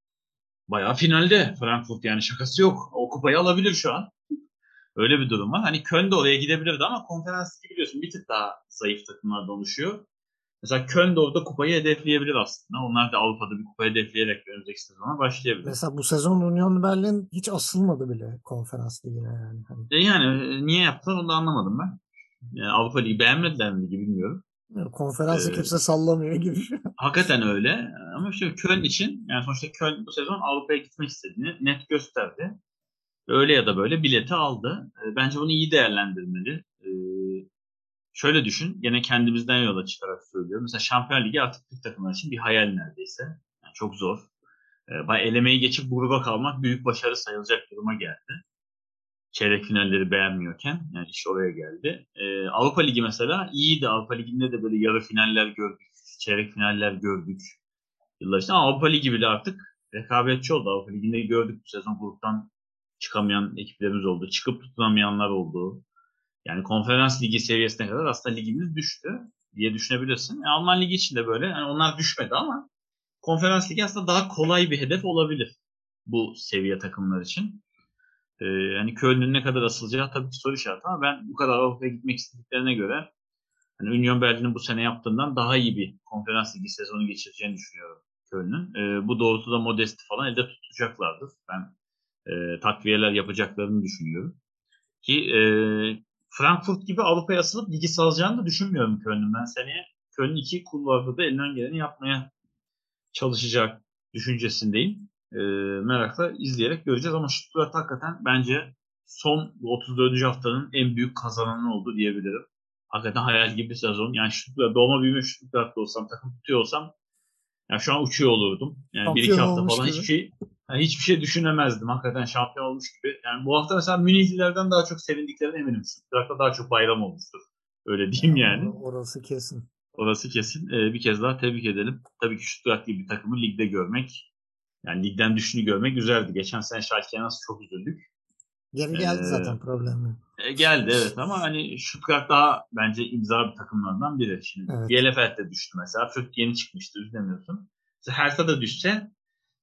bayağı finalde Frankfurt, yani şakası yok. O kupayı alabilir şu an. Öyle bir durum var. Hani Köln de oraya gidebilirdi ama konferans ligi biliyorsun bir tık daha zayıf takımlardan oluşuyor. Mesela Köln de orada kupayı hedefleyebilir aslında. Onlar da Avrupa'da bir kupayı hedefleyerek önümüzdeki sezona başlayabilir. Mesela bu sezon Union Berlin hiç asılmadı bile konferans ligine yani. Hani E yani e, niye yaptılar onu da anlamadım ben. Yani Avrupa Ligi beğenmediler mi ligi bilmiyorum. konferansı Ee, kimse sallamıyor gibi. hakikaten öyle. Ama işte Köln için, yani sonuçta Köln bu sezon Avrupa'ya gitmek istediğini net gösterdi. Öyle ya da böyle bileti aldı. Ee, bence bunu iyi değerlendirmeli. Ee, Şöyle düşün, gene kendimizden yola çıkarak söylüyorum. Mesela Şampiyonlar Ligi artık Türk takımlar için bir hayal neredeyse. Yani çok zor. Ee, elemeyi geçip gruba kalmak büyük başarı sayılacak duruma geldi. Çeyrek finalleri beğenmiyorken, yani iş oraya geldi. Ee, Avrupa Ligi mesela iyiydi. Avrupa Ligi'nde de böyle yarı finaller gördük, çeyrek finaller gördük yıllar içinde. Ama Avrupa Ligi bile artık rekabetçi oldu. Avrupa Ligi'nde gördük bu sezon gruptan çıkamayan ekiplerimiz oldu. Çıkıp tutunamayanlar oldu. Yani konferans ligi seviyesine kadar aslında ligimiz düştü diye düşünebilirsin. Yani Alman ligi için de böyle. Yani onlar düşmedi ama konferans ligi aslında daha kolay bir hedef olabilir bu seviye takımlar için. Ee, yani Köln'ün ne kadar asılacağı tabii ki soru işareti ama ben bu kadar Avrupa'ya gitmek istediklerine göre hani Union Berlin'in bu sene yaptığından daha iyi bir konferans ligi sezonu geçireceğini düşünüyorum Köln'ün. Ee, bu doğrultuda Modest'i falan elde tutacaklardır. Ben e, takviyeler yapacaklarını düşünüyorum. Ki e, Frankfurt gibi Avrupa'ya asılıp ligi salacağını da düşünmüyorum Köln'ün. Ben seneye Köln iki kulvarda da elinden geleni yapmaya çalışacak düşüncesindeyim. E, merakla izleyerek göreceğiz ama Stuttgart hakikaten bence son otuz dördüncü haftanın en büyük kazananı oldu diyebilirim. Hakikaten hayal gibi bir sezon. Yani Stuttgart, doğma büyüme Stuttgart'ta olsam, takım tutuyor olsam yani şu an uçuyor olurdum. Yani bir iki Şampiyon hafta olmuş falan gibi. hiçbir şey yani hiçbir şey düşünemezdim. Hakikaten şampiyon olmuş gibi. Yani bu hafta mesela Münihlilerden daha çok sevindiklerine eminim. Stuttgart'ta daha çok bayram olmuştur. Öyle diyeyim yani. Orası kesin. Orası kesin. Ee, bir kez daha tebrik edelim. Tabii ki Stuttgart gibi bir takımı ligde görmek, yani ligden düşünü görmek güzeldi. Geçen sene Schalke'ye nasıl çok üzüldük. Geri geldi Ee, zaten, problem yok. e, geldi evet ama hani Stuttgart daha bence imza bir takımlardan biri. Şimdi Evet. Bielefeld de düştü mesela. Fürth yeni çıkmıştı, üzülemiyorsun. Mesela Hertha da düşse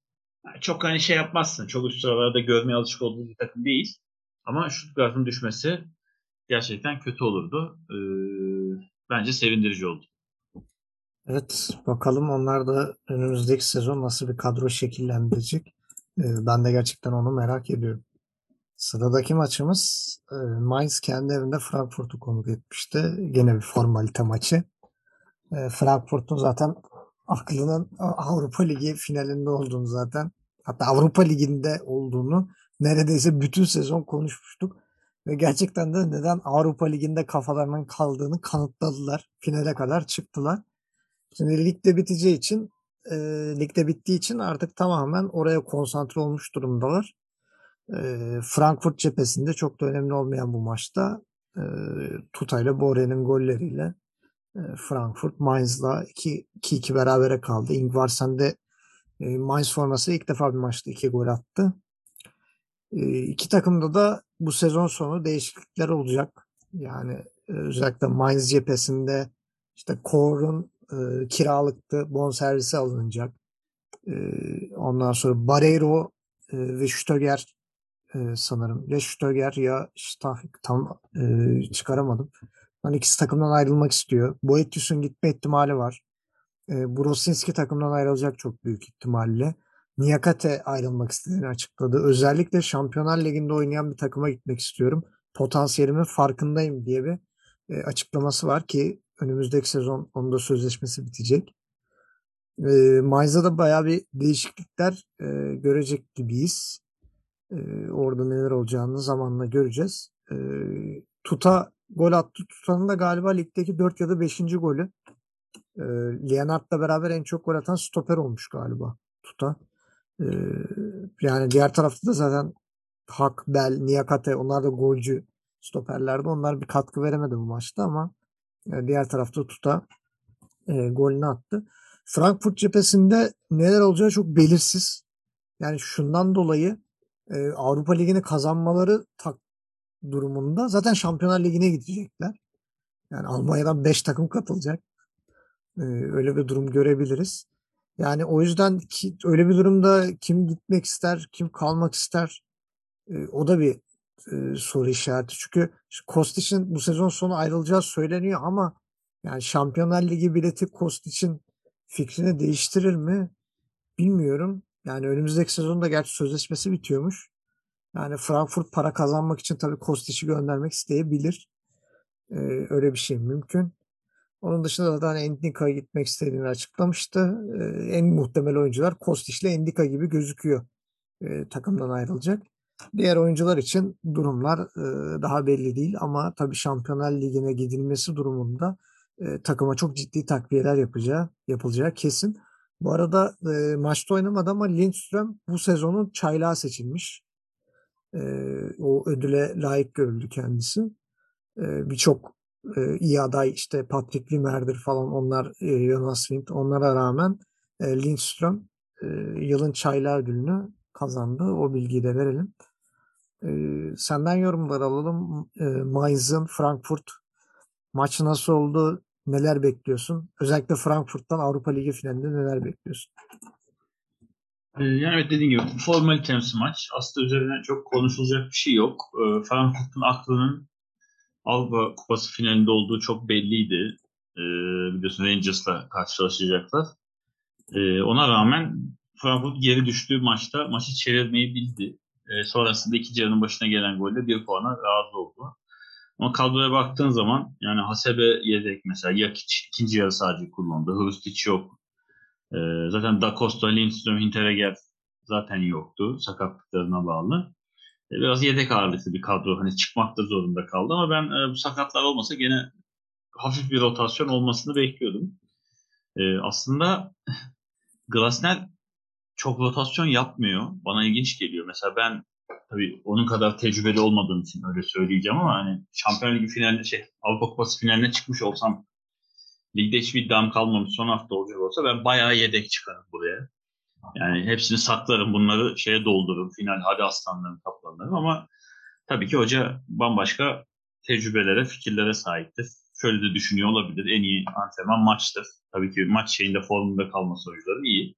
çok hani şey yapmazsın. Çok üst sıralarda görmeye alışık olduğu bir takım değil. Ama Stuttgart'ın düşmesi gerçekten kötü olurdu. Ee, bence sevindirici oldu. Evet, bakalım onlar da önümüzdeki sezon nasıl bir kadro şekillendirecek. Ee, ben de gerçekten onu merak ediyorum. Sıradaki maçımız e, Mainz kendi evinde Frankfurt'u konuk etmişti. Gene bir formalite maçı. E, Frankfurt'un zaten aklının Avrupa Ligi finalinde olduğunu zaten, hatta Avrupa Ligi'nde olduğunu neredeyse bütün sezon konuşmuştuk. Ve gerçekten de neden Avrupa Ligi'nde kafalarının kaldığını kanıtladılar. Finale kadar çıktılar. Şimdi ligde biteceği için, e, ligde bittiği için artık tamamen oraya konsantre olmuş durumdalar. E, Frankfurt cephesinde çok da önemli olmayan bu maçta e, Tuta ile Borre'nin golleriyle e, Frankfurt Mainz'la iki iki berabere kaldı. Ingvarsen de e, Mainz forması ilk defa bir maçta iki gol attı. E, iki takımda da bu sezon sonu değişiklikler olacak. Yani e, özellikle Mainz cephesinde işte Kor'un e, kiralıktı, bonservisi alınacak. E, ondan sonra Barreiro e, ve Stöger e, sanırım. Ya Stöger ya Stahik, tam e, çıkaramadım. Yani ikisi takımdan ayrılmak istiyor. Boetius'un gitme ihtimali var. E, Brosinski takımdan ayrılacak çok büyük ihtimalle. Niakate ayrılmak istediğini açıkladı. Özellikle Şampiyonlar Ligi'nde oynayan bir takıma gitmek istiyorum. Potansiyelimin farkındayım diye bir e, açıklaması var ki önümüzdeki sezon onun da sözleşmesi bitecek. E, Mainz'da da bayağı bir değişiklikler e, görecek gibiyiz. E, orada neler olacağını zamanla göreceğiz. E, Tuta gol attı. Tuta'nın da galiba ligdeki dört ya da beşinci golü. E, Lienhardt'la beraber en çok gol atan stoper olmuş galiba Tuta. E, Yani diğer tarafta da zaten Hak, Bell, Niakate onlar da golcü stoperlerdi. Onlar bir katkı veremedi bu maçta ama e, diğer tarafta Tuta e, golünü attı. Frankfurt cephesinde neler olacağı çok belirsiz. Yani şundan dolayı e, Avrupa Ligi'ni kazanmaları tak durumunda zaten Şampiyonlar Ligi'ne gidecekler. Yani Almanya'dan beş takım katılacak. E, öyle bir durum görebiliriz. Yani o yüzden ki, öyle bir durumda kim gitmek ister, kim kalmak ister e, o da bir e, soru işareti. Çünkü Kostic'in bu sezon sonu ayrılacağı söyleniyor ama yani Şampiyonlar Ligi bileti Kostic'in fikrini değiştirir mi bilmiyorum. Yani önümüzdeki sezonda gerçi sözleşmesi bitiyormuş. Yani Frankfurt para kazanmak için tabii Kostic'i göndermek isteyebilir. E, öyle bir şey mümkün. Onun dışında zaten Endika'ya gitmek istediğini açıklamıştı. E, en muhtemel oyuncular Kostić ile Endika gibi gözüküyor. E, takımdan ayrılacak. Diğer oyuncular için durumlar e, daha belli değil ama tabii Şampiyonlar Ligi'ne gidilmesi durumunda e, takıma çok ciddi takviyeler yapacağı, yapılacağı kesin. Bu arada e, maçta oynamadı ama Lindström bu sezonun çaylağı seçilmiş. E, O ödüle layık görüldü kendisi. E, Birçok e, iyi aday işte Patrick Wimmer'dir falan onlar e, Jonas Wind onlara rağmen e, Lindström e, yılın çaylağı ödülünü kazandı. O bilgiyi de verelim. E, Senden yorumlar alalım. E, Mainz'ın Frankfurt maçı nasıl oldu? Neler bekliyorsun? Özellikle Frankfurt'tan Avrupa Ligi finalinde neler bekliyorsun? Ee, Yani evet, dediğim gibi formalitemsi maç. Aslında üzerine çok konuşulacak bir şey yok. Ee, Frankfurt'un aklının Avrupa Kupası finalinde olduğu çok belliydi. Ee, biliyorsun Rangers'la karşılaşacaklar. Ee, ona rağmen Frankfurt geri düştüğü maçta maçı çevirmeyi bildi. Ee, sonrasında ikinci yarının başına gelen golle bir puana razı oldu. Ama kadroya baktığın zaman yani Hasebe yedek mesela. Jakic ikinci yarı sadece kullandı. Hrustić yok. Ee, zaten Da Costa, Lindström, Hinteregger zaten yoktu. Sakatlıklarına bağlı. Ee, biraz yedek ağırlıklı bir kadro. Hani çıkmak da zorunda kaldı ama ben e, bu sakatlar olmasa gene hafif bir rotasyon olmasını bekliyordum. Ee, aslında Glasner çok rotasyon yapmıyor. Bana ilginç geliyor. Mesela ben tabii onun kadar tecrübeli olmadığım için öyle söyleyeceğim ama hani Şampiyonlar Ligi finalinde şey Avrupa Kupası finaline çıkmış olsam ligde hiçbir iddiam kalmamış son hafta olacak olsa ben bayağı yedek çıkarım buraya. Yani hepsini saklarım, bunları şeye doldururum. Final hadi aslanlarım, kaplanlarım ama tabii ki hoca bambaşka tecrübelere, fikirlere sahiptir. Şöyle de düşünüyor olabilir. En iyi antrenman maçtır. Tabii ki maç şeyinde formunda kalması oyuncuların iyi.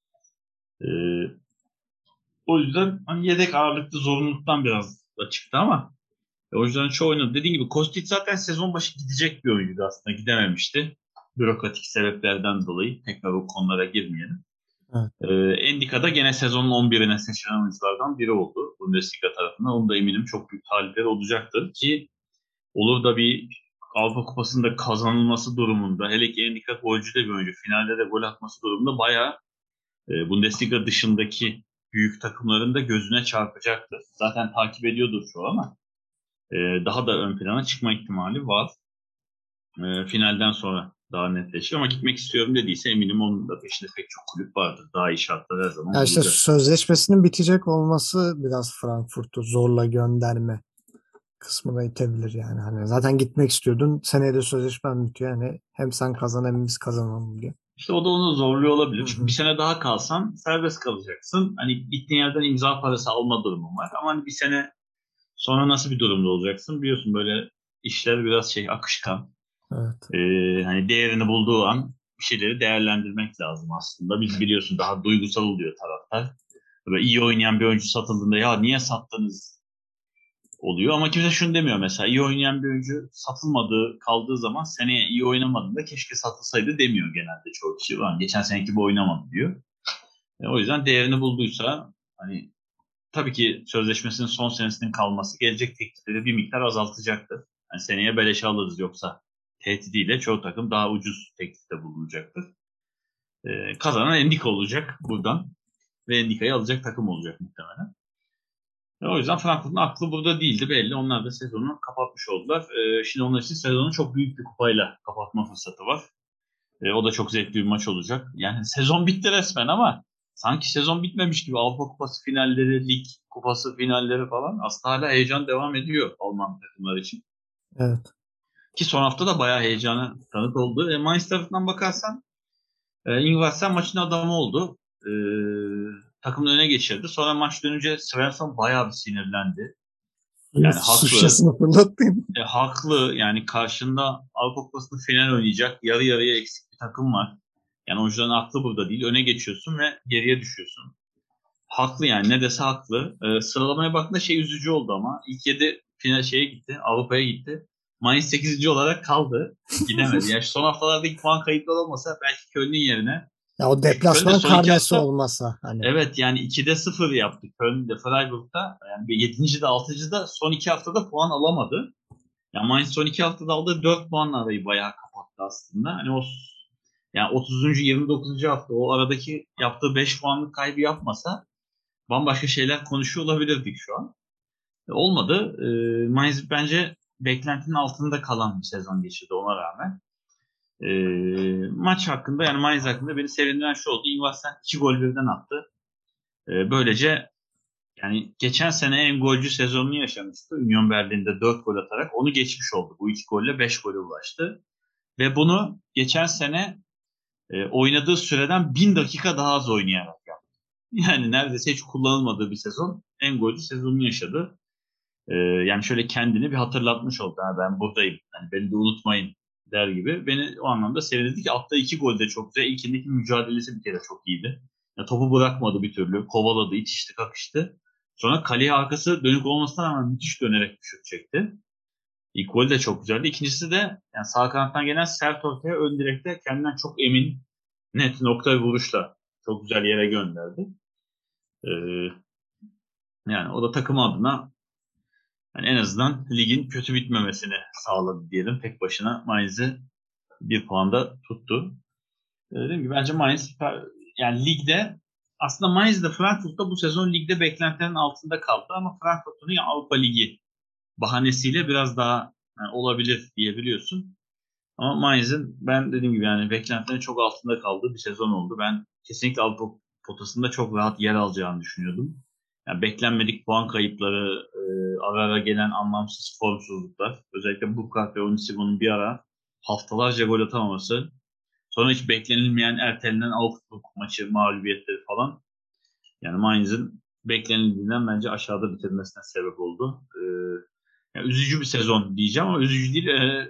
Ee, O yüzden hani yedek ağırlıklı zorunluluktan biraz da çıktı ama e, o yüzden çoğu oynadı. Dediğim gibi Kostic zaten sezon başı gidecek bir oyuncuydu aslında. Gidememişti. Bürokratik sebeplerden dolayı. Tekrar o konulara girmeyelim. Evet. Ee, Endika'da gene sezonun on birine seçilen oyunculardan biri oldu. Bundesliga tarafından. Onu da eminim çok büyük talipleri olacaktır ki olur da bir Avrupa Kupası'nda kazanılması durumunda hele ki Endika golcü de bir oyuncu. Finalde de gol atması durumunda bayağı e, Bundesliga dışındaki büyük takımların da gözüne çarpacaktır. Zaten takip ediyordur çoğu ama e, daha da ön plana çıkma ihtimali var. E, finalden sonra daha netleşir ama gitmek istiyorum dediyse eminim onun da peşinde pek çok kulüp vardır. Daha iyi şartlar her zaman Ya işte olacak. sözleşmesinin bitecek olması biraz Frankfurt'u zorla gönderme kısmına itebilir yani. Hani zaten gitmek istiyordun. Seneye de sözleşmen bitiyor. Yani hem sen kazan hem biz kazanalım diye. İşte o da onu zorluyor olabilir. Hı Çünkü hı. bir sene daha kalsan serbest kalacaksın. Hani gittiğin yerden imza parası alma durumun var. Ama hani bir sene sonra nasıl bir durumda olacaksın? Biliyorsun böyle işler biraz şey akışkan. Evet. Ee, hani değerini bulduğu an bir şeyleri değerlendirmek lazım aslında. Biz biliyorsun daha duygusal oluyor taraftar. Böyle iyi oynayan bir oyuncu satıldığında ya niye sattınız oluyor. Ama kimse şunu demiyor mesela. İyi oynayan bir oyuncu satılmadığı kaldığı zaman seneye iyi oynamadığında keşke satılsaydı demiyor genelde çoğu kişi. Lan geçen seneki bu oynamadı diyor. E, o yüzden değerini bulduysa hani tabii ki sözleşmesinin son senesinin kalması gelecek teklifleri bir miktar azaltacaktır. Yani seneye beleşe alırız yoksa tehdidiyle çoğu takım daha ucuz teklifte bulunacaktır. E, kazanan Endika olacak buradan ve Endika'yı alacak takım olacak muhtemelen. E, o yüzden Frankfurt'un aklı burada değildi belli. Onlar da sezonu kapatmış oldular. E, şimdi onlar için sezonu çok büyük bir kupayla kapatma fırsatı var. E, o da çok zevkli bir maç olacak. Yani sezon bitti resmen ama sanki sezon bitmemiş gibi Avrupa Kupası finalleri, Lig Kupası finalleri falan aslında hala heyecan devam ediyor Alman takımlar için. Evet. Ki son hafta da bayağı heyecana tanık oldu. E, Mainz tarafından bakarsan e, Ingvartsen maçın adamı oldu. E, takımın öne geçirdi. Sonra maç dönünce Svensson bayağı bir sinirlendi. Yani Su haklı. şişesini fırlattın. E, haklı. Yani karşında Avrupa Kupası'nda final oynayacak yarı yarıya eksik bir takım var. Yani oyuncuların aklı burada değil. Öne geçiyorsun ve geriye düşüyorsun. Haklı yani. Ne dese haklı. E, sıralamaya baktığında şey üzücü oldu ama. İlk yedi final şeye gitti. Avrupa'ya gitti. Mainz sekizinci olarak kaldı. Gidemedi. Yani son haftalardaki puan kayıpları olmasa belki Köln'ün yerine. Ya o Çünkü Köln de deplasman son iki karnesi hafta olmasa hani. evet yani ikide sıfır yaptı. Köln'de, Freiburg'da yani yedinci de altıncı da son iki haftada puan alamadı. Yani Mainz son iki haftada aldığı dört puanla arayı bayağı kapattı aslında. Hani o yani otuzuncu yirmi dokuzuncu hafta o aradaki yaptığı beş puanlık kaybı yapmasa bambaşka şeyler konuşuyor olabilirdik şu an. E, olmadı. E, Mainz bence beklentinin altında kalan bir sezon geçirdi ona rağmen. E, maç hakkında yani Mainz hakkında beni sevindiren şu oldu. Ingvartsen iki gol birden attı. E, böylece yani geçen sene en golcü sezonunu yaşamıştı. Union Berlin'de dört gol atarak onu geçmiş oldu. Bu iki golle beş gole ulaştı. Ve bunu geçen sene e, oynadığı süreden bin dakika daha az oynayarak yaptı. Yani neredeyse hiç kullanılmadığı bir sezon. En golcü sezonunu yaşadı. E, yani şöyle kendini bir hatırlatmış oldu. Ha, ben buradayım. Yani beni de unutmayın der gibi. Beni o anlamda sevindirdi ki attığı iki gol de çok güzel. İlkindeki mücadelesi bir kere çok iyiydi. Yani topu bırakmadı bir türlü. Kovaladı, itişti, kakıştı. Sonra kaleye arkası dönük olmasına rağmen müthiş dönerek bir şut çekti. İlk gol de çok güzeldi. İkincisi de yani sağ kanattan gelen sert ortaya ön direkte kendinden çok emin net nokta bir vuruşla çok güzel yere gönderdi. Ee, yani o da takım adına yani en azından ligin kötü bitmemesini sağladı diyelim. Tek başına Mainz'i bir puanda tuttu. Ee, dediğim gibi bence Mainz yani ligde aslında Mainz de Frankfurt'ta bu sezon ligde beklentilerin altında kaldı ama Frankfurt'un Avrupa Ligi bahanesiyle biraz daha yani olabilir diyebiliyorsun. Ama Mainz'in ben dediğim gibi yani beklentilerin çok altında kaldığı bir sezon oldu. Ben kesinlikle Avrupa potasında çok rahat yer alacağını düşünüyordum. Yani beklenmedik puan kayıpları, e, ara ara gelen anlamsız formsuzluklar, özellikle Burkhardt ve Onisibo'nun bir ara haftalarca gol atamaması, sonra hiç beklenilmeyen ertelenen Augsburg maçı mağlubiyetleri falan. Yani Mainz'in beklenildiğinden bence aşağıda bitirmesine sebep oldu. E, yani üzücü bir sezon diyeceğim ama üzücü değil. E,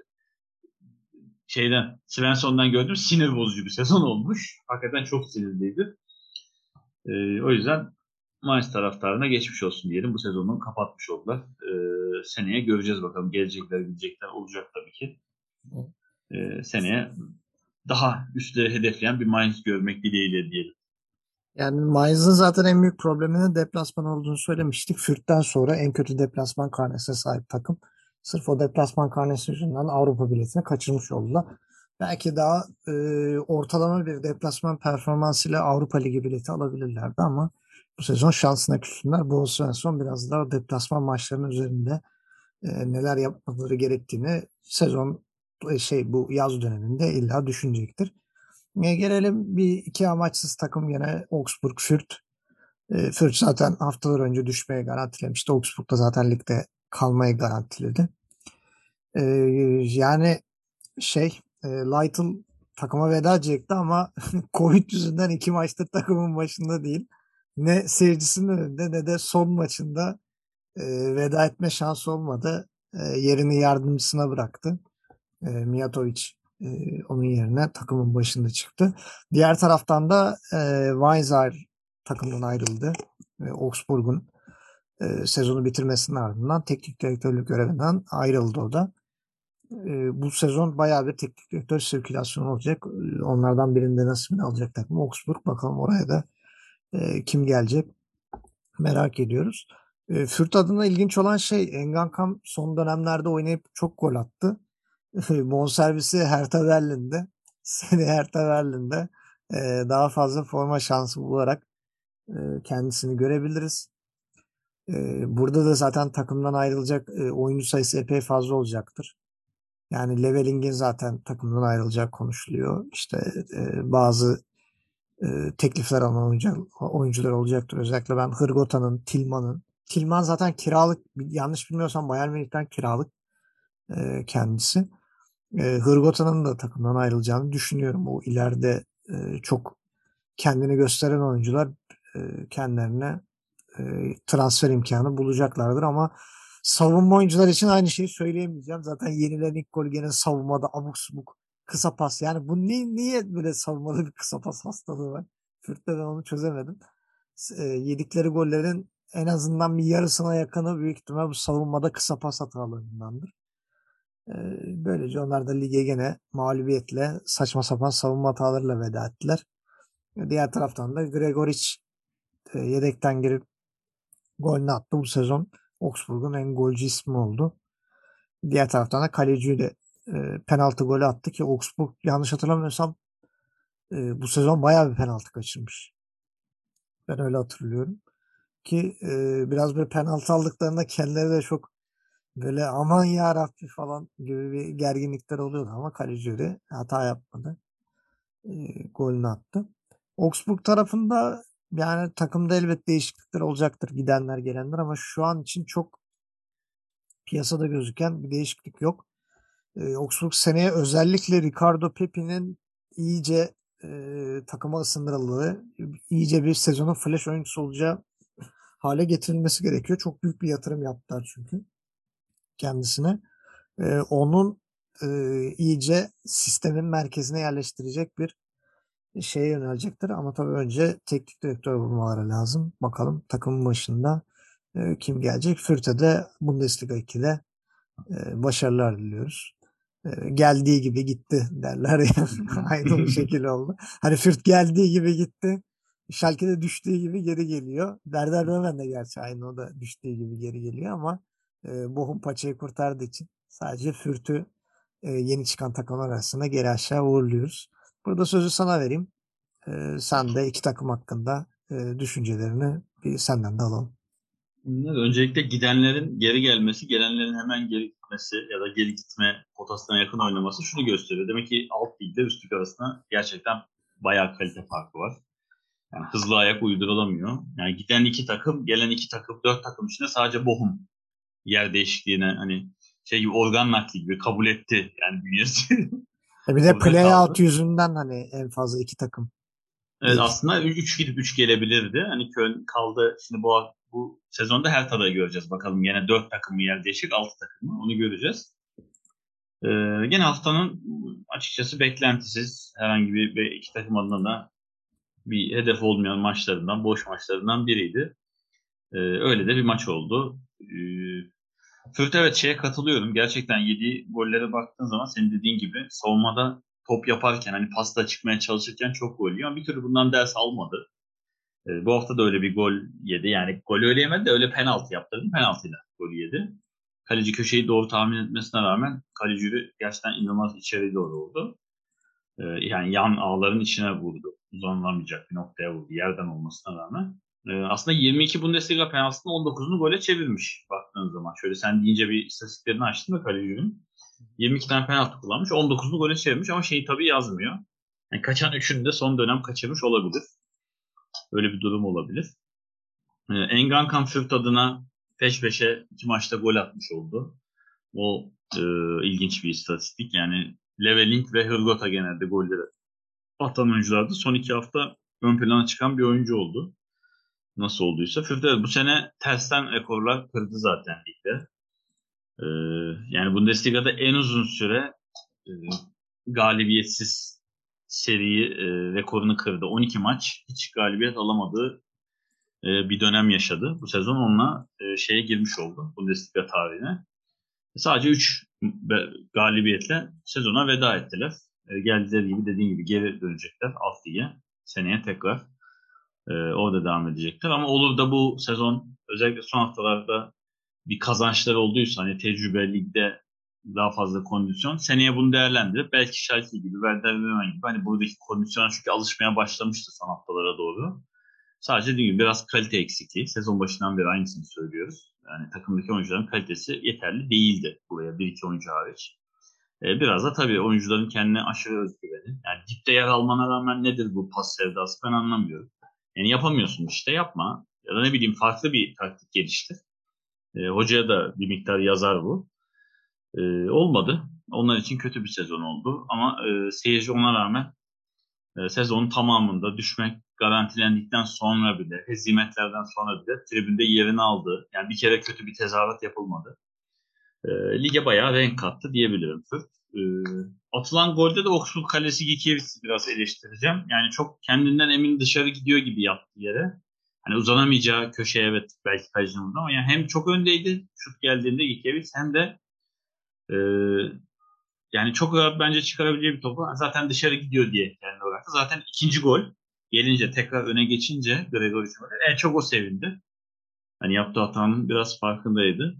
şeyden Svensson'dan gördüm sinir bozucu bir sezon olmuş. Hakikaten çok sinirliydi. Ee, o yüzden Mainz taraftarına geçmiş olsun diyelim. Bu sezonu kapatmış oldular. Ee, seneye göreceğiz bakalım. Gelecekler, gidecekler olacak tabii ki. Ee, seneye daha üstleri hedefleyen bir Mainz görmek dileğiyle diyelim. Yani Mainz'ın zaten en büyük probleminin deplasman olduğunu söylemiştik. Fürth'ten sonra en kötü deplasman karnesine sahip takım. Sırf o deplasman karnesi yüzünden Avrupa biletini kaçırmış oldular. Belki daha e, ortalama bir deplasman performansıyla Avrupa Ligi bileti alabilirlerdi ama bu sezon şansına küstüler. Bu Svensson biraz daha deplasman maçlarının üzerinde e, neler yapmaları gerektiğini sezon e, şey bu yaz döneminde illa düşünecektir. E, gelelim bir iki amaçsız takım gene Augsburg, Fürth. E, Fürth zaten haftalar önce düşmeye garantilemişti. Augsburg da zaten ligde kalmayı garantiledi. E, yani şey e, Lytle takıma veda edecekti ama Covid yüzünden iki maçtır takımın başında değil. Ne seyircisinin önünde ne de son maçında e, veda etme şansı olmadı. E, yerini yardımcısına bıraktı. E, Mijatovic e, onun yerine takımın başında çıktı. Diğer taraftan da e, Weisser takımdan ayrıldı. E, Augsburg'un e, sezonu bitirmesinin ardından teknik direktörlük görevinden ayrıldı o da. E, bu sezon bayağı bir teknik direktör sirkülasyonu olacak. E, onlardan birinde nasibini alacak takım Augsburg. Bakalım oraya da E, kim gelecek merak ediyoruz. E, Fürt adına ilginç olan şey Engankam son dönemlerde oynayıp çok gol attı. Bonservisi Hertha Berlin'de. Seni Hertha Berlin'de e, daha fazla forma şansı bularak e, kendisini görebiliriz. E, burada da zaten takımdan ayrılacak e, oyuncu sayısı epey fazla olacaktır. Yani Leveling'in zaten takımdan ayrılacağı konuşuluyor. İşte e, bazı e, teklifler alan oyuncu, oyuncular olacaktır. Özellikle ben Hırgota'nın, Tillman'ın. Tillman zaten kiralık, yanlış bilmiyorsam Bayern Münih'ten kiralık e, kendisi. E, Hırgota'nın da takımdan ayrılacağını düşünüyorum. O ileride e, çok kendini gösteren oyuncular e, kendilerine e, transfer imkanı bulacaklardır ama savunma oyuncular için aynı şeyi söyleyemeyeceğim. Zaten yenilen ilk gol gene savunmada abuk subuk kısa pas. Yani bu ni- niye böyle savunmada bir kısa pas hastalığı var? Fürt'te ben onu çözemedim. E, yedikleri gollerin en azından bir yarısına yakını büyük ihtimal bu savunmada kısa pas hatalarındandır. E, böylece onlar da lige gene mağlubiyetle saçma sapan savunma hatalarıyla veda ettiler. Diğer taraftan da Gregoric e, yedekten girip golünü attı. Bu sezon Augsburg'un en golcü ismi oldu. Diğer taraftan da kaleci de e, penaltı golü attı ki Augsburg yanlış hatırlamıyorsam e, bu sezon bayağı bir penaltı kaçırmış. Ben öyle hatırlıyorum. Ki e, biraz böyle penaltı aldıklarında kendileri de çok böyle aman ya Rabbi falan gibi bir gerginlikler oluyordu ama kaleci de hata yapmadı. E, golünü attı. Augsburg tarafında yani takımda elbet değişiklikler olacaktır. Gidenler gelenler ama şu an için çok piyasada gözüken bir değişiklik yok. Ee, Augsburg seneye özellikle Ricardo Pepi'nin iyice e, takıma ısındırıldığı, iyice bir sezonun flash oyuncusu olacağı hale getirilmesi gerekiyor. Çok büyük bir yatırım yaptılar çünkü kendisine. Ee, onun e, iyice sistemin merkezine yerleştirecek bir şeye yönelecektir. Ama tabii önce teknik direktör bulmaları lazım. Bakalım takımın başında e, kim gelecek? Fürth'e de Bundesliga ikide e, başarılar diliyoruz. E, geldiği gibi gitti derler ya. Aynı bu şekilde oldu. Hani Fürth geldiği gibi gitti. Schalke'de düştüğü gibi geri geliyor. Werder Bremen de gerçi aynı o da düştüğü gibi geri geliyor ama e, Bochum paçayı kurtardığı için sadece Fürth'ü e, yeni çıkan takımlar arasında geri aşağı uğurluyoruz. Burada sözü sana vereyim. E, sen de iki takım hakkında e, düşüncelerini bir senden de alalım. Öncelikle gidenlerin geri gelmesi, gelenlerin hemen geri gitmesi ya da geri gitme potasına yakın oynaması şunu gösteriyor. Demek ki alt ligde üst lig arasında gerçekten bayağı kalite farkı var. Yani hızlı ayak uydurulamıyor. Yani giden iki takım, gelen iki takım, dört takım içinde sadece Bochum yer değişikliğine hani şey gibi organ nakli gibi kabul etti yani bünyesi. E bir de Burada playout kaldı. yüzünden hani en fazla iki takım. Evet, aslında üç gidip üç gelebilirdi. Hani Köln kaldı. Şimdi bu bu sezonda her tadayı göreceğiz. Bakalım yine dört takım mı yer değişik, altı takım mı? Onu göreceğiz. Ee, Gene haftanın açıkçası beklentisiz herhangi bir, bir iki takım adına da bir hedef olmayan maçlarından, boş maçlarından biriydi. Ee, öyle de bir maç oldu. Ee, Fürth evet şeye katılıyorum. Gerçekten yediği gollere baktığın zaman senin dediğin gibi savunmada top yaparken hani pasta çıkmaya çalışırken çok gol yiyor. Ama bir türlü bundan ders almadı. E, bu hafta da öyle bir gol yedi. Yani gol öyle yemedi de öyle penaltı yaptırdı. Penaltıyla gol yedi. Kaleci köşeyi doğru tahmin etmesine rağmen kaleci gerçekten inanılmaz içeri doğru oldu. E, yani yan ağların içine vurdu. Uzanılamayacak bir noktaya vurdu. Yerden olmasına rağmen. E, aslında yirmi iki Bundesliga penaltısının on dokuzunu gole çevirmiş baktığın zaman. Şöyle sen deyince bir istatistiklerini açtım da kalecinin. yirmi iki tane penaltı kullanmış. on dokuzunu gole çevirmiş ama şeyi tabii yazmıyor. Yani kaçan üçünü de son dönem kaçırmış olabilir. Öyle bir durum olabilir. E, Engan Fürth adına peş peşe iki maçta gol atmış oldu. O e, ilginç bir istatistik. Yani Leveling ve Hırgota genelde golleri atan oyunculardı. Son iki hafta ön plana çıkan bir oyuncu oldu. Nasıl olduysa. Fürth evet, bu sene tersten rekorlar kırdı zaten ligde. E, Yani Bundesliga'da en uzun süre e, galibiyetsiz seriyi e, rekorunu kırdı. on iki maç hiç galibiyet alamadığı bir dönem yaşadı. Bu sezon onunla şeye girmiş oldu Bundesliga tarihine. Sadece üç galibiyetle sezona veda ettiler. Geldiler gibi dediğin gibi geri dönecekler alt lige seneye tekrar. Ee, orada devam edecekler. Ama olur da bu sezon özellikle son haftalarda bir kazançları olduysa hani tecrübe ligde daha fazla kondisyon seneye bunu değerlendirip belki Schalke gibi Werder Bremen gibi hani buradaki kondisyona çünkü alışmaya başlamıştı son haftalara doğru. Sadece dediğim gibi biraz kalite eksikliği. Sezon başından beri aynısını söylüyoruz. Yani takımdaki oyuncuların kalitesi yeterli değildi buraya bir iki oyuncu hariç. Ee, biraz da tabii oyuncuların kendine aşırı özgüveni. Yani dipte yer almana rağmen nedir bu pas sevdası ben anlamıyorum. Yani yapamıyorsun işte yapma. Ya da ne bileyim farklı bir taktik geliştir. E, hocaya da bir miktar yazar bu. E, olmadı. Onlar için kötü bir sezon oldu. Ama e, seyirci ona rağmen e, sezonun tamamında düşmek garantilendikten sonra bile, hezimetlerden sonra bile tribünde yerini aldı. Yani bir kere kötü bir tezahürat yapılmadı. E, lige bayağı renk kattı diyebilirim. E, atılan golde de Oxford Kalesi Gikiewicz biraz eleştireceğim. Yani çok kendinden emin dışarı gidiyor gibi yaptı yere. Hani uzanamayacağı köşeye evet belki kalecinin vurdu ama yani hem çok öndeydi şut geldiğinde Gikiewicz hem de e, yani çok rahat bence çıkarabileceği bir topu zaten dışarı gidiyor diye kendi bıraktı. Zaten ikinci gol gelince tekrar öne geçince Gregory en çok o sevindi. Hani yaptığı hatanın biraz farkındaydı.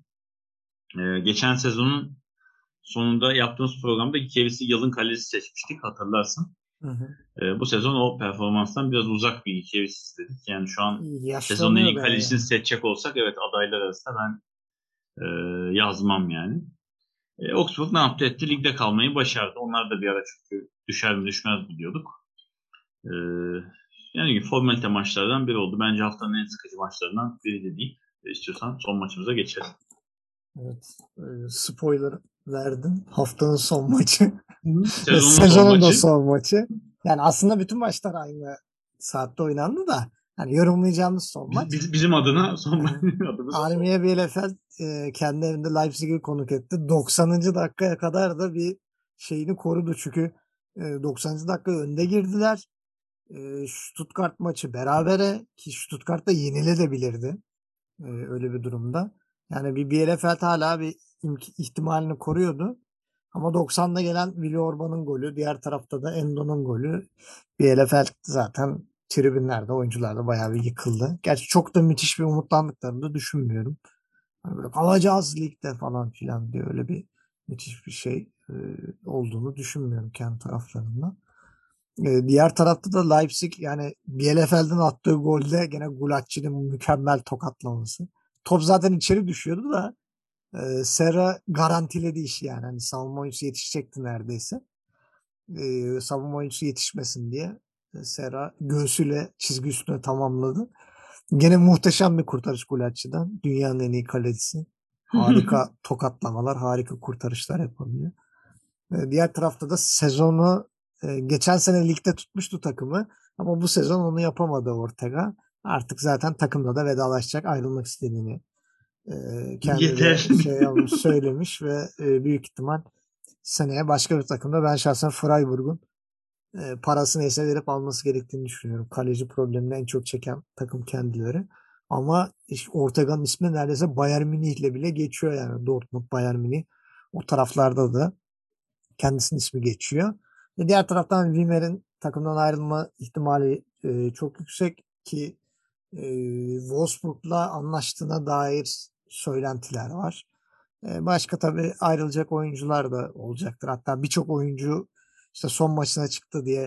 E, geçen sezonun sonunda yaptığımız programda Gikiewicz'i yılın kalecisi seçmiştik hatırlarsın. Hı hı. E, bu sezon o performanstan biraz uzak bir Gikiewicz istedik. Yani şu an sezonun en Yaşlanıyor iyi be kalecisini yani. seçecek olsak evet adaylar arasında ben e, yazmam yani. E, Oxford ne yaptı etti? Ligde kalmayı başardı. Onlar da bir ara çünkü düşer mi düşmez mi diyorduk. E, yani formalite maçlardan biri oldu. Bence haftanın en sıkıcı maçlarından biri de değil. E, istiyorsan son maçımıza geçelim. Evet. e, Spoiler verdin. Haftanın son maçı. Ve Sezonun son sezonun da maçı. son maçı. Yani aslında bütün maçlar aynı saatte oynandı da hani yorumlayacağımız son Biz, maç. biz- bizim adına son Aha. adımıza son. Armiye Bielefeld e, kendi evinde Leipzig'i konuk etti. doksanıncı dakikaya kadar da bir şeyini korudu. Çünkü e, doksanıncı dakika önde girdiler. E, Stuttgart maçı berabere ki Stuttgart da yenilebilirdi. E, öyle bir durumda. Yani bir Bielefeld hala bir imk- ihtimalini koruyordu. Ama doksanda gelen Willi Orban'ın golü, diğer tarafta da Endo'nun golü. Bielefeld zaten tribünlerde, oyuncularda bayağı bir yıkıldı. Gerçi çok da müthiş bir umutlandıklarını da düşünmüyorum. Hani böyle kalacağız ligde falan filan diye öyle bir müthiş bir şey e, olduğunu düşünmüyorum kendi taraflarından. E, diğer tarafta da Leipzig yani Bielefeld'in attığı golde gene Gulacci'nin mükemmel tokatlaması. Top zaten içeri düşüyordu da e, Serra garantiledi işi yani. Hani savunma oyuncusu yetişecekti neredeyse. E, savunma oyuncusu yetişmesin diye e, Serra göğsüyle çizgi üstüne tamamladı. Gene muhteşem bir kurtarış Gulacci'den. Dünyanın en iyi kalecisi. Harika tokatlamalar, harika kurtarışlar yapabiliyor. E, diğer tarafta da sezonu e, geçen sene ligde tutmuştu takımı. Ama bu sezon onu yapamadı Ortega. Artık zaten takımla da vedalaşacak, ayrılmak istediğini e, kendi Yeter. de şey yapmış, söylemiş ve e, büyük ihtimal seneye başka bir takımda ben şahsen Freiburg'un e, parası neyse verip alması gerektiğini düşünüyorum. Kaleci problemini en çok çeken takım kendileri. Ama işte Ortega'nın ismi neredeyse Bayern Münih ile bile geçiyor yani. Dortmund, Bayern Münih. O taraflarda da kendisinin ismi geçiyor. Ve diğer taraftan Wimmer'in takımdan ayrılma ihtimali e, çok yüksek ki e, Wolfsburg'la anlaştığına dair söylentiler var. E, başka tabii ayrılacak oyuncular da olacaktır. Hatta birçok oyuncu işte son maçına çıktı diye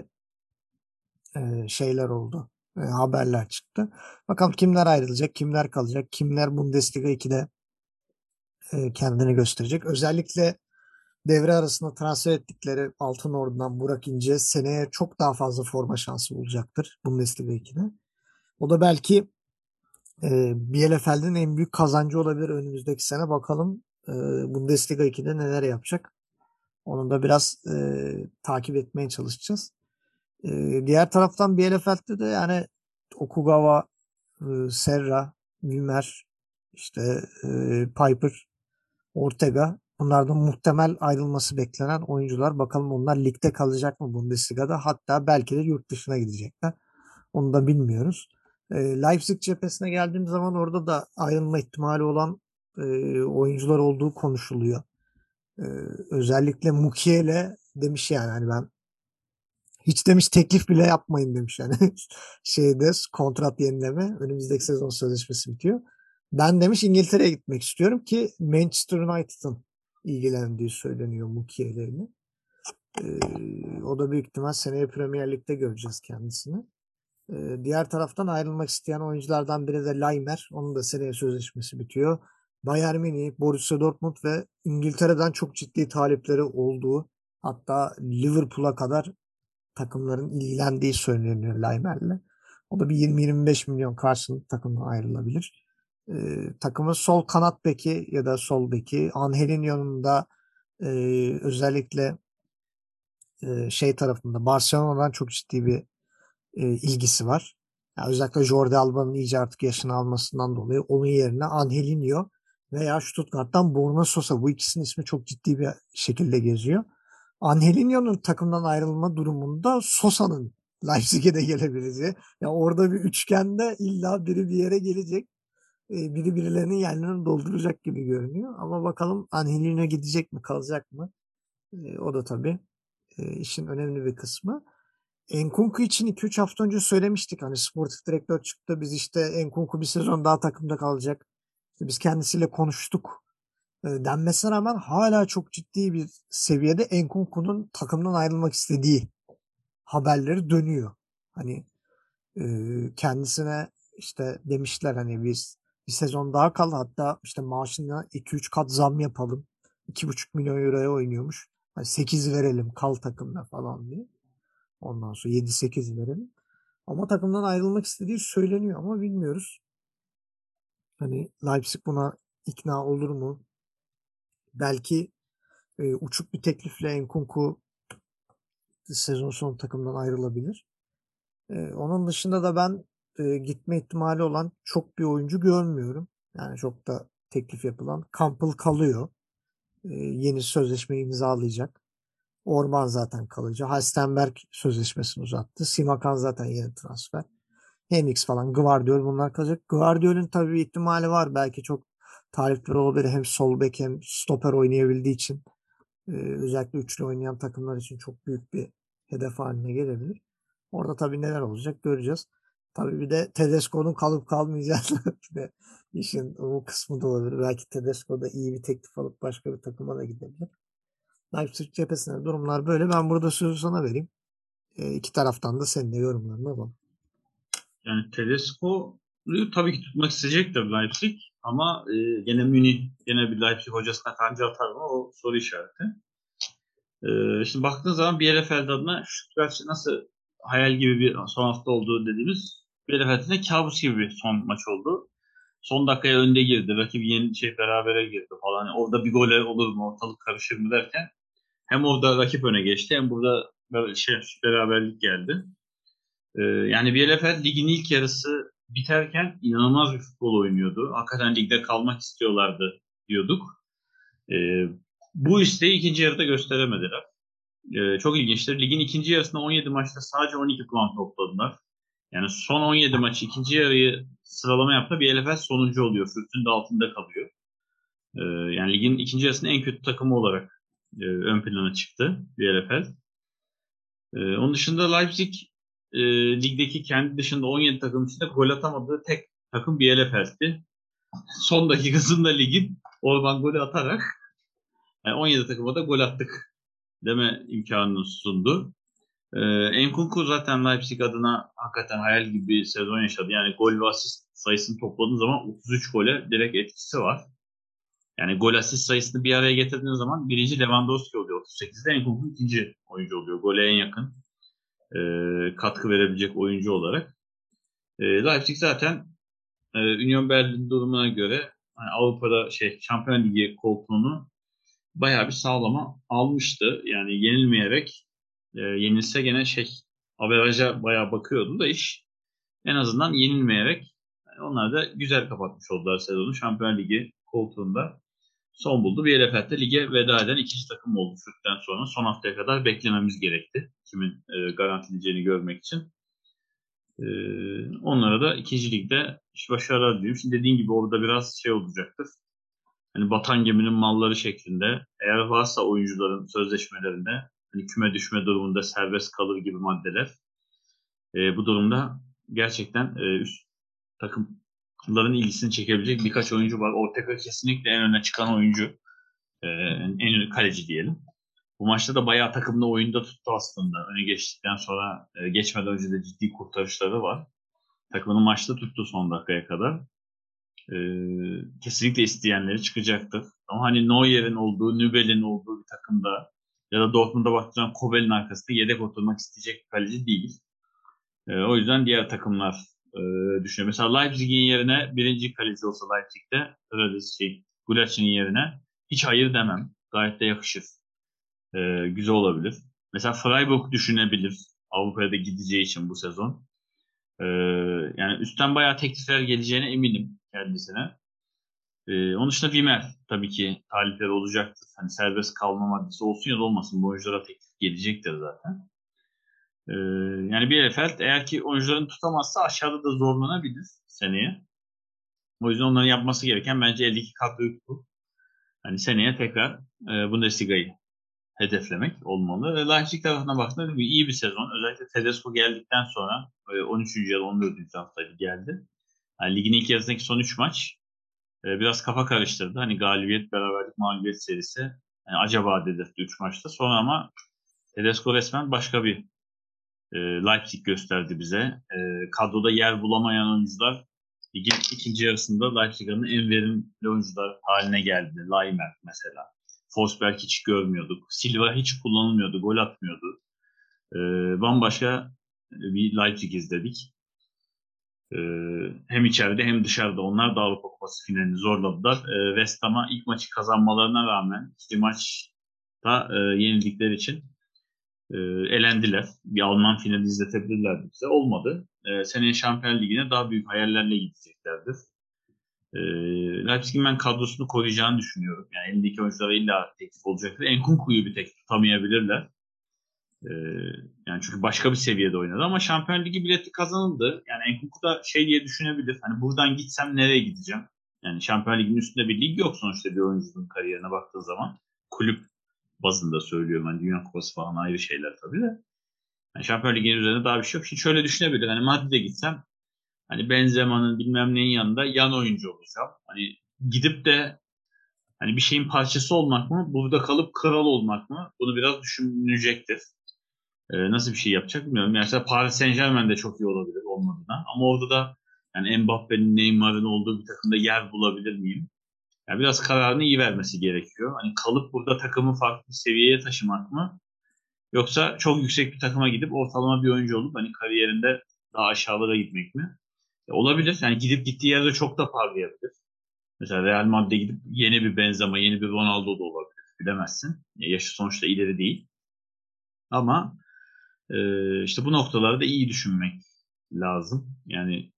e, şeyler oldu. E, haberler çıktı. Bakalım kimler ayrılacak, kimler kalacak, kimler Bundesliga ikide e, kendini gösterecek. Özellikle devre arasında transfer ettikleri Altınordu'dan Burak İnce seneye çok daha fazla forma şansı bulacaktır Bundesliga ikide. O da belki e, Bielefeld'in en büyük kazancı olabilir önümüzdeki sene. Bakalım e, Bundesliga ikide neler yapacak. Onu da biraz e, takip etmeye çalışacağız. E, diğer taraftan Bielefeld'de de yani Okugawa, e, Serra, Wimmer, işte e, Piper, Ortega. Bunlardan muhtemel ayrılması beklenen oyuncular. Bakalım onlar ligde kalacak mı Bundesliga'da? Hatta belki de yurt dışına gidecekler. Onu da bilmiyoruz. E, Leipzig cephesine geldiğim zaman orada da ayrılma ihtimali olan e, oyuncular olduğu konuşuluyor. E, özellikle Mukiele demiş yani hani ben Hiç demiş teklif bile yapmayın demiş yani şeyde kontrat yenileme önümüzdeki sezon sözleşmesi bitiyor. Ben demiş İngiltere'ye gitmek istiyorum ki Manchester United'ın ilgilendiği söyleniyor Mukiyele'yle. Ee, o da büyük ihtimal seneye Premier Lig'de göreceğiz kendisini. Ee, diğer taraftan ayrılmak isteyen oyunculardan biri de Laimer. Onun da seneye sözleşmesi bitiyor. Bayern Münih, Borussia Dortmund ve İngiltere'den çok ciddi talipleri olduğu, hatta Liverpool'a kadar takımların ilgilendiği söyleniyor Laimer'le. O da bir yirmi yirmi beş milyon karşılık takımdan ayrılabilir. Ee, takımın sol kanat beki ya da sol beki Angelinho'nun da e, özellikle e, şey tarafında Barcelona'dan çok ciddi bir e, ilgisi var. Yani özellikle Jordi Alba'nın iyice artık yaşını almasından dolayı onun yerine Angelinho veya Stuttgart'tan Borna Sosa, bu ikisinin ismi çok ciddi bir şekilde geziyor. Angelinho'nun takımdan ayrılma durumunda Sosa'nın Leipzig'e de gelebileceği. Yani orada bir üçgende illa biri bir yere gelecek. E, biri birilerinin yerlerini dolduracak gibi görünüyor. Ama bakalım Angelinho gidecek mi, kalacak mı? E, o da tabii e, işin önemli bir kısmı. Enkunku için iki üç hafta önce söylemiştik. Hani sportif direktör çıktı. Biz işte Enkunku bir sezon daha takımda kalacak. İşte biz kendisiyle konuştuk e, denmesine rağmen hala çok ciddi bir seviyede Enkunku'nun takımdan ayrılmak istediği haberleri dönüyor. Hani e, kendisine işte demişler hani biz bir sezon daha kal, hatta işte maaşına iki üç kat zam yapalım. iki buçuk milyon euroya oynuyormuş. Hani sekiz verelim, kal takımda falan diye. Ondan sonra yedi sekiz verelim. Ama takımdan ayrılmak istediği söyleniyor ama bilmiyoruz. Hani Leipzig buna ikna olur mu? Belki e, uçuk bir teklifle Enkunku sezon sonu takımdan ayrılabilir. E, onun dışında da ben e, gitme ihtimali olan çok bir oyuncu görmüyorum. Yani çok da teklif yapılan. Campbell kalıyor. E, yeni sözleşme imzalayacak. Orban zaten kalıcı. Halstenberg sözleşmesini uzattı. Simakan zaten yeni transfer. Henriks falan, Gvardiol, bunlar kalacak. Gvardiol'ün tabii bir ihtimali var. Belki çok talipleri olabilir. Hem sol bek hem stoper oynayabildiği için e, özellikle üçlü oynayan takımlar için çok büyük bir hedef haline gelebilir. Orada tabii neler olacak göreceğiz. Tabii bir de Tedesco'nun kalıp kalmayacağını de işin o kısmı da olabilir. Belki Tedesco da iyi bir teklif alıp başka bir takıma da gidebilir. Leipzig cephesinde durumlar böyle. Ben burada sözü sana vereyim. E, iki taraftan da senin de yorumlarını alalım. Yani Tedesco'yu tabii ki tutmak isteyecektir Leipzig ama e, gene Münih, gene bir Leipzig hocasına kanca atar mı, o soru işareti. E, şimdi baktığın zaman Bielefeld adına Stuttgart nasıl hayal gibi bir son hafta olduğu dediğimiz, Bielefeld'in de kabus gibi bir son maç oldu. Son dakikaya önde girdi. Rakip yeni şey berabere girdi falan. Yani orada bir gol olur mu, ortalık karışır mı derken hem orada rakip öne geçti hem burada şey, beraberlik geldi. Ee, yani Bielefeld ligin ilk yarısı biterken inanılmaz bir futbol oynuyordu. Hakikaten ligde kalmak istiyorlardı diyorduk. Ee, bu isteği ikinci yarıda gösteremediler. Ee, çok ilginçtir. Ligin ikinci yarısında on yedi maçta sadece on iki puan topladılar. Yani son on yedi maç ikinci yarıyı sıralama yaptı. Bielefeld sonuncu oluyor. Fürth'ün de altında kalıyor. Ee, yani ligin ikinci yarısının en kötü takımı olarak e, ön plana çıktı Bielefeld. Ee, onun dışında Leipzig e, ligdeki kendi dışında on yedi takım içinde gol atamadığı tek takım Bielefeld'ti. Son dakikasında ligin Orban golü atarak yani on yedi takıma da gol attık deme imkanını sundu. Ee, Enkunku zaten Leipzig adına hakikaten hayal gibi bir sezon yaşadı. Yani gol ve asist sayısını topladığın zaman otuz üç gole direkt etkisi var. Yani gol asist sayısını bir araya getirdiğiniz zaman birinci Lewandowski oluyor otuz sekizde, Enkunku ikinci oyuncu oluyor. Gole en yakın e, katkı verebilecek oyuncu olarak. E, Leipzig zaten e, Union Berlin durumuna göre hani Avrupa'da şey Şampiyon Ligi koltuğunu bayağı bir sağlama almıştı. Yani yenilmeyerek e, yenilse gene şey averaja bayağı bakıyordu da iş. En azından yenilmeyerek yani onlar da güzel kapatmış oldular sezonu. Şampiyon Ligi koltuğunda son buldu. Bielefeld de lige veda eden ikinci takım oldu Fürth'ten sonra. Son haftaya kadar beklememiz gerekti. Kimin e, garantileyeceğini görmek için. E, onlara da ikinci ligde iş başarılar diliyorum. Şimdi dediğin gibi orada biraz şey olacaktır. Hani batan geminin malları şeklinde eğer varsa oyuncuların sözleşmelerinde hani küme düşme durumunda serbest kalır gibi maddeler. E, bu durumda gerçekten e, üst takımların ilgisini çekebilecek birkaç oyuncu var. Ortega kesinlikle en öne çıkan oyuncu. E, en ön kaleci diyelim. Bu maçta da bayağı takımda oyunda tuttu aslında. Öne geçtikten sonra e, geçmeden önce de ciddi kurtarışları var. Takımını maçta tuttu son dakikaya kadar. E, kesinlikle isteyenleri çıkacaktır. Ama hani Neuer'in olduğu, Nübel'in olduğu bir takımda ya da Dortmund'a baktığında Kobel'in arkasında yedek oturmak isteyecek bir kaleci değil. E, o yüzden diğer takımlar e, düşünüyor. Mesela Leipzig'in yerine birinci kaleci olsa Leipzig'te öyle şey, Gulacsi'nin yerine hiç hayır demem. Gayet de yakışır. E, güzel olabilir. Mesela Freiburg düşünebilir. Avrupa'ya da gideceği için bu sezon. E, yani üstten bayağı teklifler geleceğine eminim kendisine. E, onun dışında Wimmer tabii ki talipleri olacaktır. Hani serbest kalma maddesi olsun ya da olmasın. Bu oyunculara teklif gelecektir zaten. Ee, yani Bielefeld eğer ki oyuncularını tutamazsa aşağıda da zorlanabilir seneye. O yüzden onların yapması gereken bence eldeki kadroyu tutup hani seneye tekrar e, Bundesliga'yı hedeflemek olmalı. Ve Leipzig tarafına baktığında bir iyi bir sezon. Özellikle Tedesco geldikten sonra e, on üçüncü ya da on dördüncü haftaydı geldi. Yani ligin ilk yarısındaki son üç maç e, biraz kafa karıştırdı. Hani galibiyet, beraberlik, mağlubiyet serisi. Yani acaba dedirtti üç maçta. Sonra ama Tedesco resmen başka bir E, Leipzig gösterdi bize. E, kadroda yer bulamayan oyuncular ligin ikinci yarısında Leipzig'in en verimli oyuncular haline geldi. Laimer mesela. Forsberg hiç görmüyorduk. Silva hiç kullanılmıyordu. Gol atmıyordu. E, bambaşka bir Leipzig izledik. E, hem içeride hem dışarıda. Onlar da Avrupa Kupası finalini zorladılar. E, West Ham'a ilk maçı kazanmalarına rağmen iki maçta e, yenildikleri için E, elendiler. Bir Alman finali izletebilirlerdi bize. Olmadı. E, seneye Şampiyonlar Ligi'ne daha büyük hayallerle gideceklerdir. E, Leipzig'in ben kadrosunu koruyacağını düşünüyorum. Yani elindeki oyunculara illa teklif olacaktır. Enkunku'yu bir tek tutamayabilirler. E, yani çünkü başka bir seviyede oynadı ama Şampiyonlar Ligi bileti kazanıldı. Yani Enkunku da şey diye düşünebilir. Hani buradan gitsem nereye gideceğim? Yani Şampiyonlar Ligi'nin üstünde bir lig yok sonuçta bir oyuncunun kariyerine baktığın zaman. Kulüp bazında söylüyorum. Yani Dünya Kupası falan ayrı şeyler tabii de. Yani Şampiyonlar Ligi'nin üzerinde daha bir şey yok. Şimdi şöyle düşünebilir. Hani Madrid'e gitsem hani Benzema'nın bilmem neyin yanında yan oyuncu olacağım. Hani gidip de hani bir şeyin parçası olmak mı? Burada kalıp kral olmak mı? Bunu biraz düşünecektir. Ee, nasıl bir şey yapacak bilmiyorum. Yani mesela Paris Saint-Germain'de çok iyi olabilir olmadığına. Ama orada da yani Mbappe'nin, Neymar'ın olduğu bir takımda yer bulabilir miyim? Yani biraz kararını iyi vermesi gerekiyor. Hani kalıp burada takımı farklı bir seviyeye taşımak mı? Yoksa çok yüksek bir takıma gidip ortalama bir oyuncu olup hani kariyerinde daha aşağılara gitmek mi? E, olabilir. Yani gidip gittiği yerde çok da parlayabilir. Mesela Real Madrid'e gidip yeni bir Benzema, yeni bir Ronaldo da olabilir. Bilemezsin. E, yaşı sonuçta ileri değil. Ama e, işte bu noktalarda iyi düşünmek lazım. Yani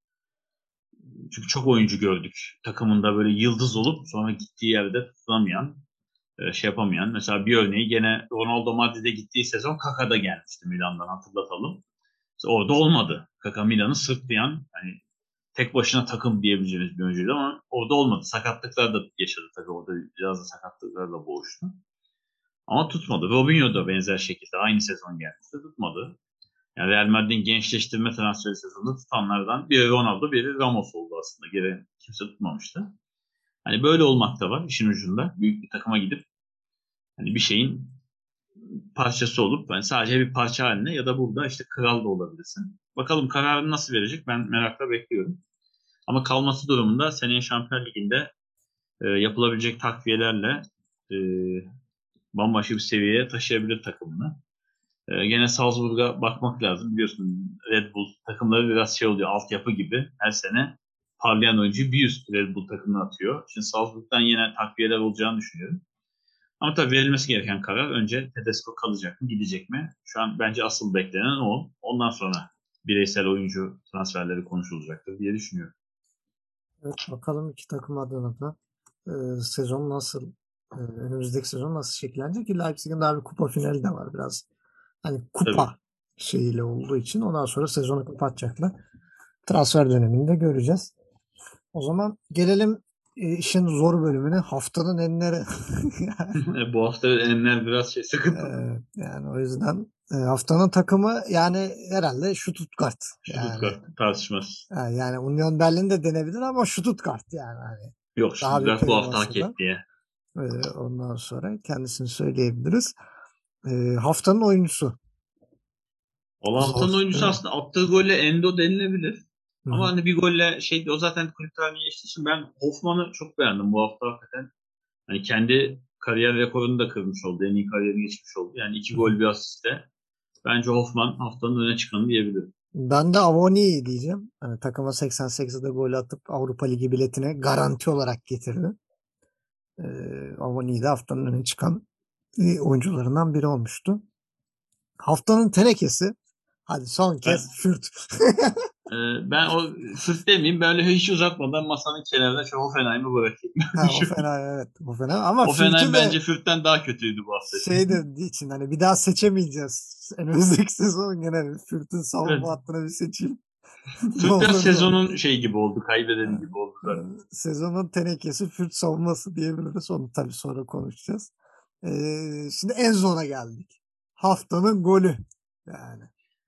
çünkü çok oyuncu gördük. Takımında böyle yıldız olup sonra gittiği yerde tutunamayan, e, şey yapamayan. Mesela bir örneği gene Ronaldo Madrid'e gittiği sezon Kaka'da gelmişti Milan'dan hatırlatalım. İşte orada olmadı. Kaka Milan'ı sırtlayan hani tek başına takım diyebileceğimiz bir oyuncuydu ama orada olmadı. Sakatlıklar da yaşadı tabii. Orada biraz da sakatlıklarla boğuştu. Ama tutmadı. Robinho da benzer şekilde aynı sezon gelmişti. Tutmadı. Yani Real Madrid'in gençleştirme transferi sezonunda tutanlardan biri Ronaldo, biri Ramos oldu aslında. Geri kimse tutmamıştı. Hani böyle olmak da var işin ucunda. Büyük bir takıma gidip hani bir şeyin parçası olup yani sadece bir parça haline ya da burada işte kral da olabilirsin. Bakalım kararını nasıl verecek ben merakla bekliyorum. Ama kalması durumunda seneye Şampiyonlar Ligi'nde e, yapılabilecek takviyelerle e, bambaşka bir seviyeye taşıyabilir takımını. E, gene Salzburg'a bakmak lazım. Biliyorsun Red Bull takımları biraz şey oluyor altyapı gibi. Her sene parlayan oyuncuyu bir üst Red Bull takımına atıyor. Şimdi Salzburg'dan yine takviyeler olacağını düşünüyorum. Ama tabii verilmesi gereken karar önce Tedesco kalacak mı, gidecek mi? Şu an bence asıl beklenen o. Ondan sonra bireysel oyuncu transferleri konuşulacaktır diye düşünüyorum. Evet, bakalım iki takım adına da e, sezon nasıl e, önümüzdeki sezon nasıl şekillenecek ki Leipzig'in daha bir kupa finali de var biraz. Hani kupa Tabii. şeyiyle olduğu için ondan sonra sezonu kapatacaklar. Transfer döneminde göreceğiz. O zaman gelelim e, işin zor bölümünü, haftanın enleri. Bu hafta enler biraz şey sıkıntı. Ee, yani o yüzden e, haftanın takımı yani herhalde Stuttgart. Stuttgart Yani, tartışmaz. yani, yani Union Berlin de denebilir ama Stuttgart yani. Hani Yok daha Stuttgart bu hafta hak da. etti ya. Ee, ondan sonra kendisini söyleyebiliriz. Ee, haftanın oyuncusu. O haftanın Zor, oyuncusu evet. aslında attığı golle Endo denilebilir. Hı-hı. Ama hani bir golle şey o zaten kulüp tarihine geçtiği için ben Hoffman'ı çok beğendim bu hafta hakikaten. Hani kendi kariyer rekorunu da kırmış oldu. En iyi kariyerini geçmiş oldu. Yani iki Hı-hı. gol bir asiste. Bence Hoffman haftanın öne çıkanı diyebilirim. Ben de Avoni diyeceğim. Yani takıma seksen sekizde gol atıp Avrupa Ligi biletine garanti olarak getirdi. Ee, Avoni de haftanın öne çıkan oyuncularından biri olmuştu. Haftanın tenekesi. Hadi son kez Ben, Fürt. e, ben o Fürt demeyeyim. Böyle hiç uzatmadan masanın kenarına şu Hoffenheim'i bırakayım. Ha, o fena, evet. O fena ama Hoffenheim Fürt'ü bence de Fürt'ten daha kötüydü bu hafta. şey de için hani bir daha seçemeyeceğiz. Önümüzdeki sezon gene Fürt'ün savunma Evet. hattına bir seçeyim. Fürt biraz sezonun şey gibi oldu. Kaybedeni gibi oldu zaten. Sezonun tenekesi Fürt savunması diyebiliriz. Onu tabii sonra konuşacağız. Ee, şimdi en zona geldik. Haftanın golü. Yani.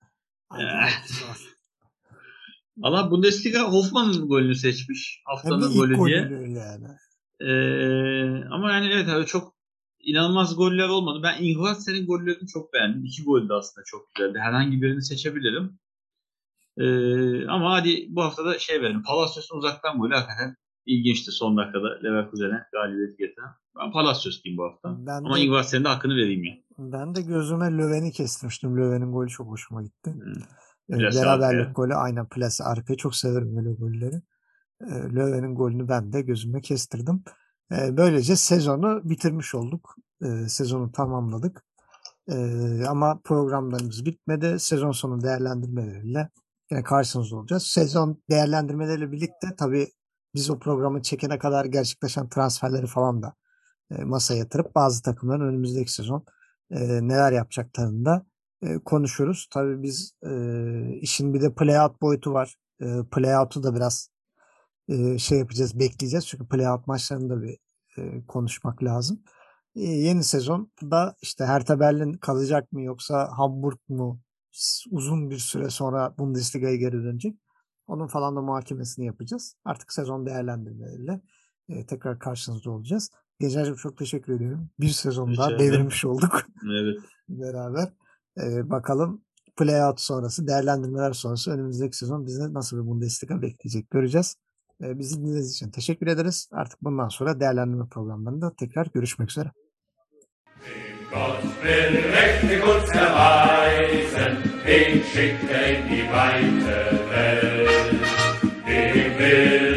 Allah Bundesliga Hoffman'ın golünü seçmiş. Haftanın Hem de golü ilk diye. golünü yani. Ee, ama yani evet abi çok inanılmaz goller olmadı. Ben Ingvartsen'in gollerini çok beğendim. İki gol de aslında çok güzeldi. Herhangi birini seçebilirim. Ee, ama hadi bu hafta da şey verelim. Palacios'un uzaktan golü hakikaten ilginçti son dakikada Leverkusen'e galibiyeti getiren. Ben Palacios diyeyim bu hafta. Ben ama de, Ingvartsen'in de hakkını vereyim ya. Ben de gözüme Löwen'i kestirmiştim. Löwen'in golü çok hoşuma gitti. Hmm. Ee, beraberlik golü aynen plase arkaya. Çok severim böyle golleri. Ee, Löwen'in golünü ben de gözüme kestirdim. Ee, böylece sezonu bitirmiş olduk. Ee, sezonu tamamladık. Ee, ama programlarımız bitmedi. Sezon sonu değerlendirmeleriyle yine karşınızda olacağız. Sezon değerlendirmeleriyle birlikte tabii biz o programı çekene kadar gerçekleşen transferleri falan da e, masaya yatırıp bazı takımların önümüzdeki sezon e, neler yapacaklarını da e, konuşuruz. Tabii biz e, işin bir de play-out boyutu var. E, play-out'u da biraz e, şey yapacağız, bekleyeceğiz. Çünkü play-out maçlarını da bir e, konuşmak lazım. E, yeni sezonda işte Hertha Berlin kalacak mı yoksa Hamburg mu uzun bir süre sonra Bundesliga'ya geri dönecek? Onun falan da muhakemesini yapacağız. Artık sezon değerlendirmeleriyle e, tekrar karşınızda olacağız. Gencer'cim çok teşekkür ediyorum. Bir sezon daha devirmiş olduk. Evet. Beraber. Ee, bakalım playout sonrası, değerlendirmeler sonrası önümüzdeki sezon bize nasıl bir Bundesliga bekleyecek göreceğiz. Ee, bizi dinlediğiniz için teşekkür ederiz. Artık bundan sonra değerlendirme programlarında tekrar görüşmek üzere. Gott will mächtig uns erweisen, den schickt er in die weite Welt. Dem will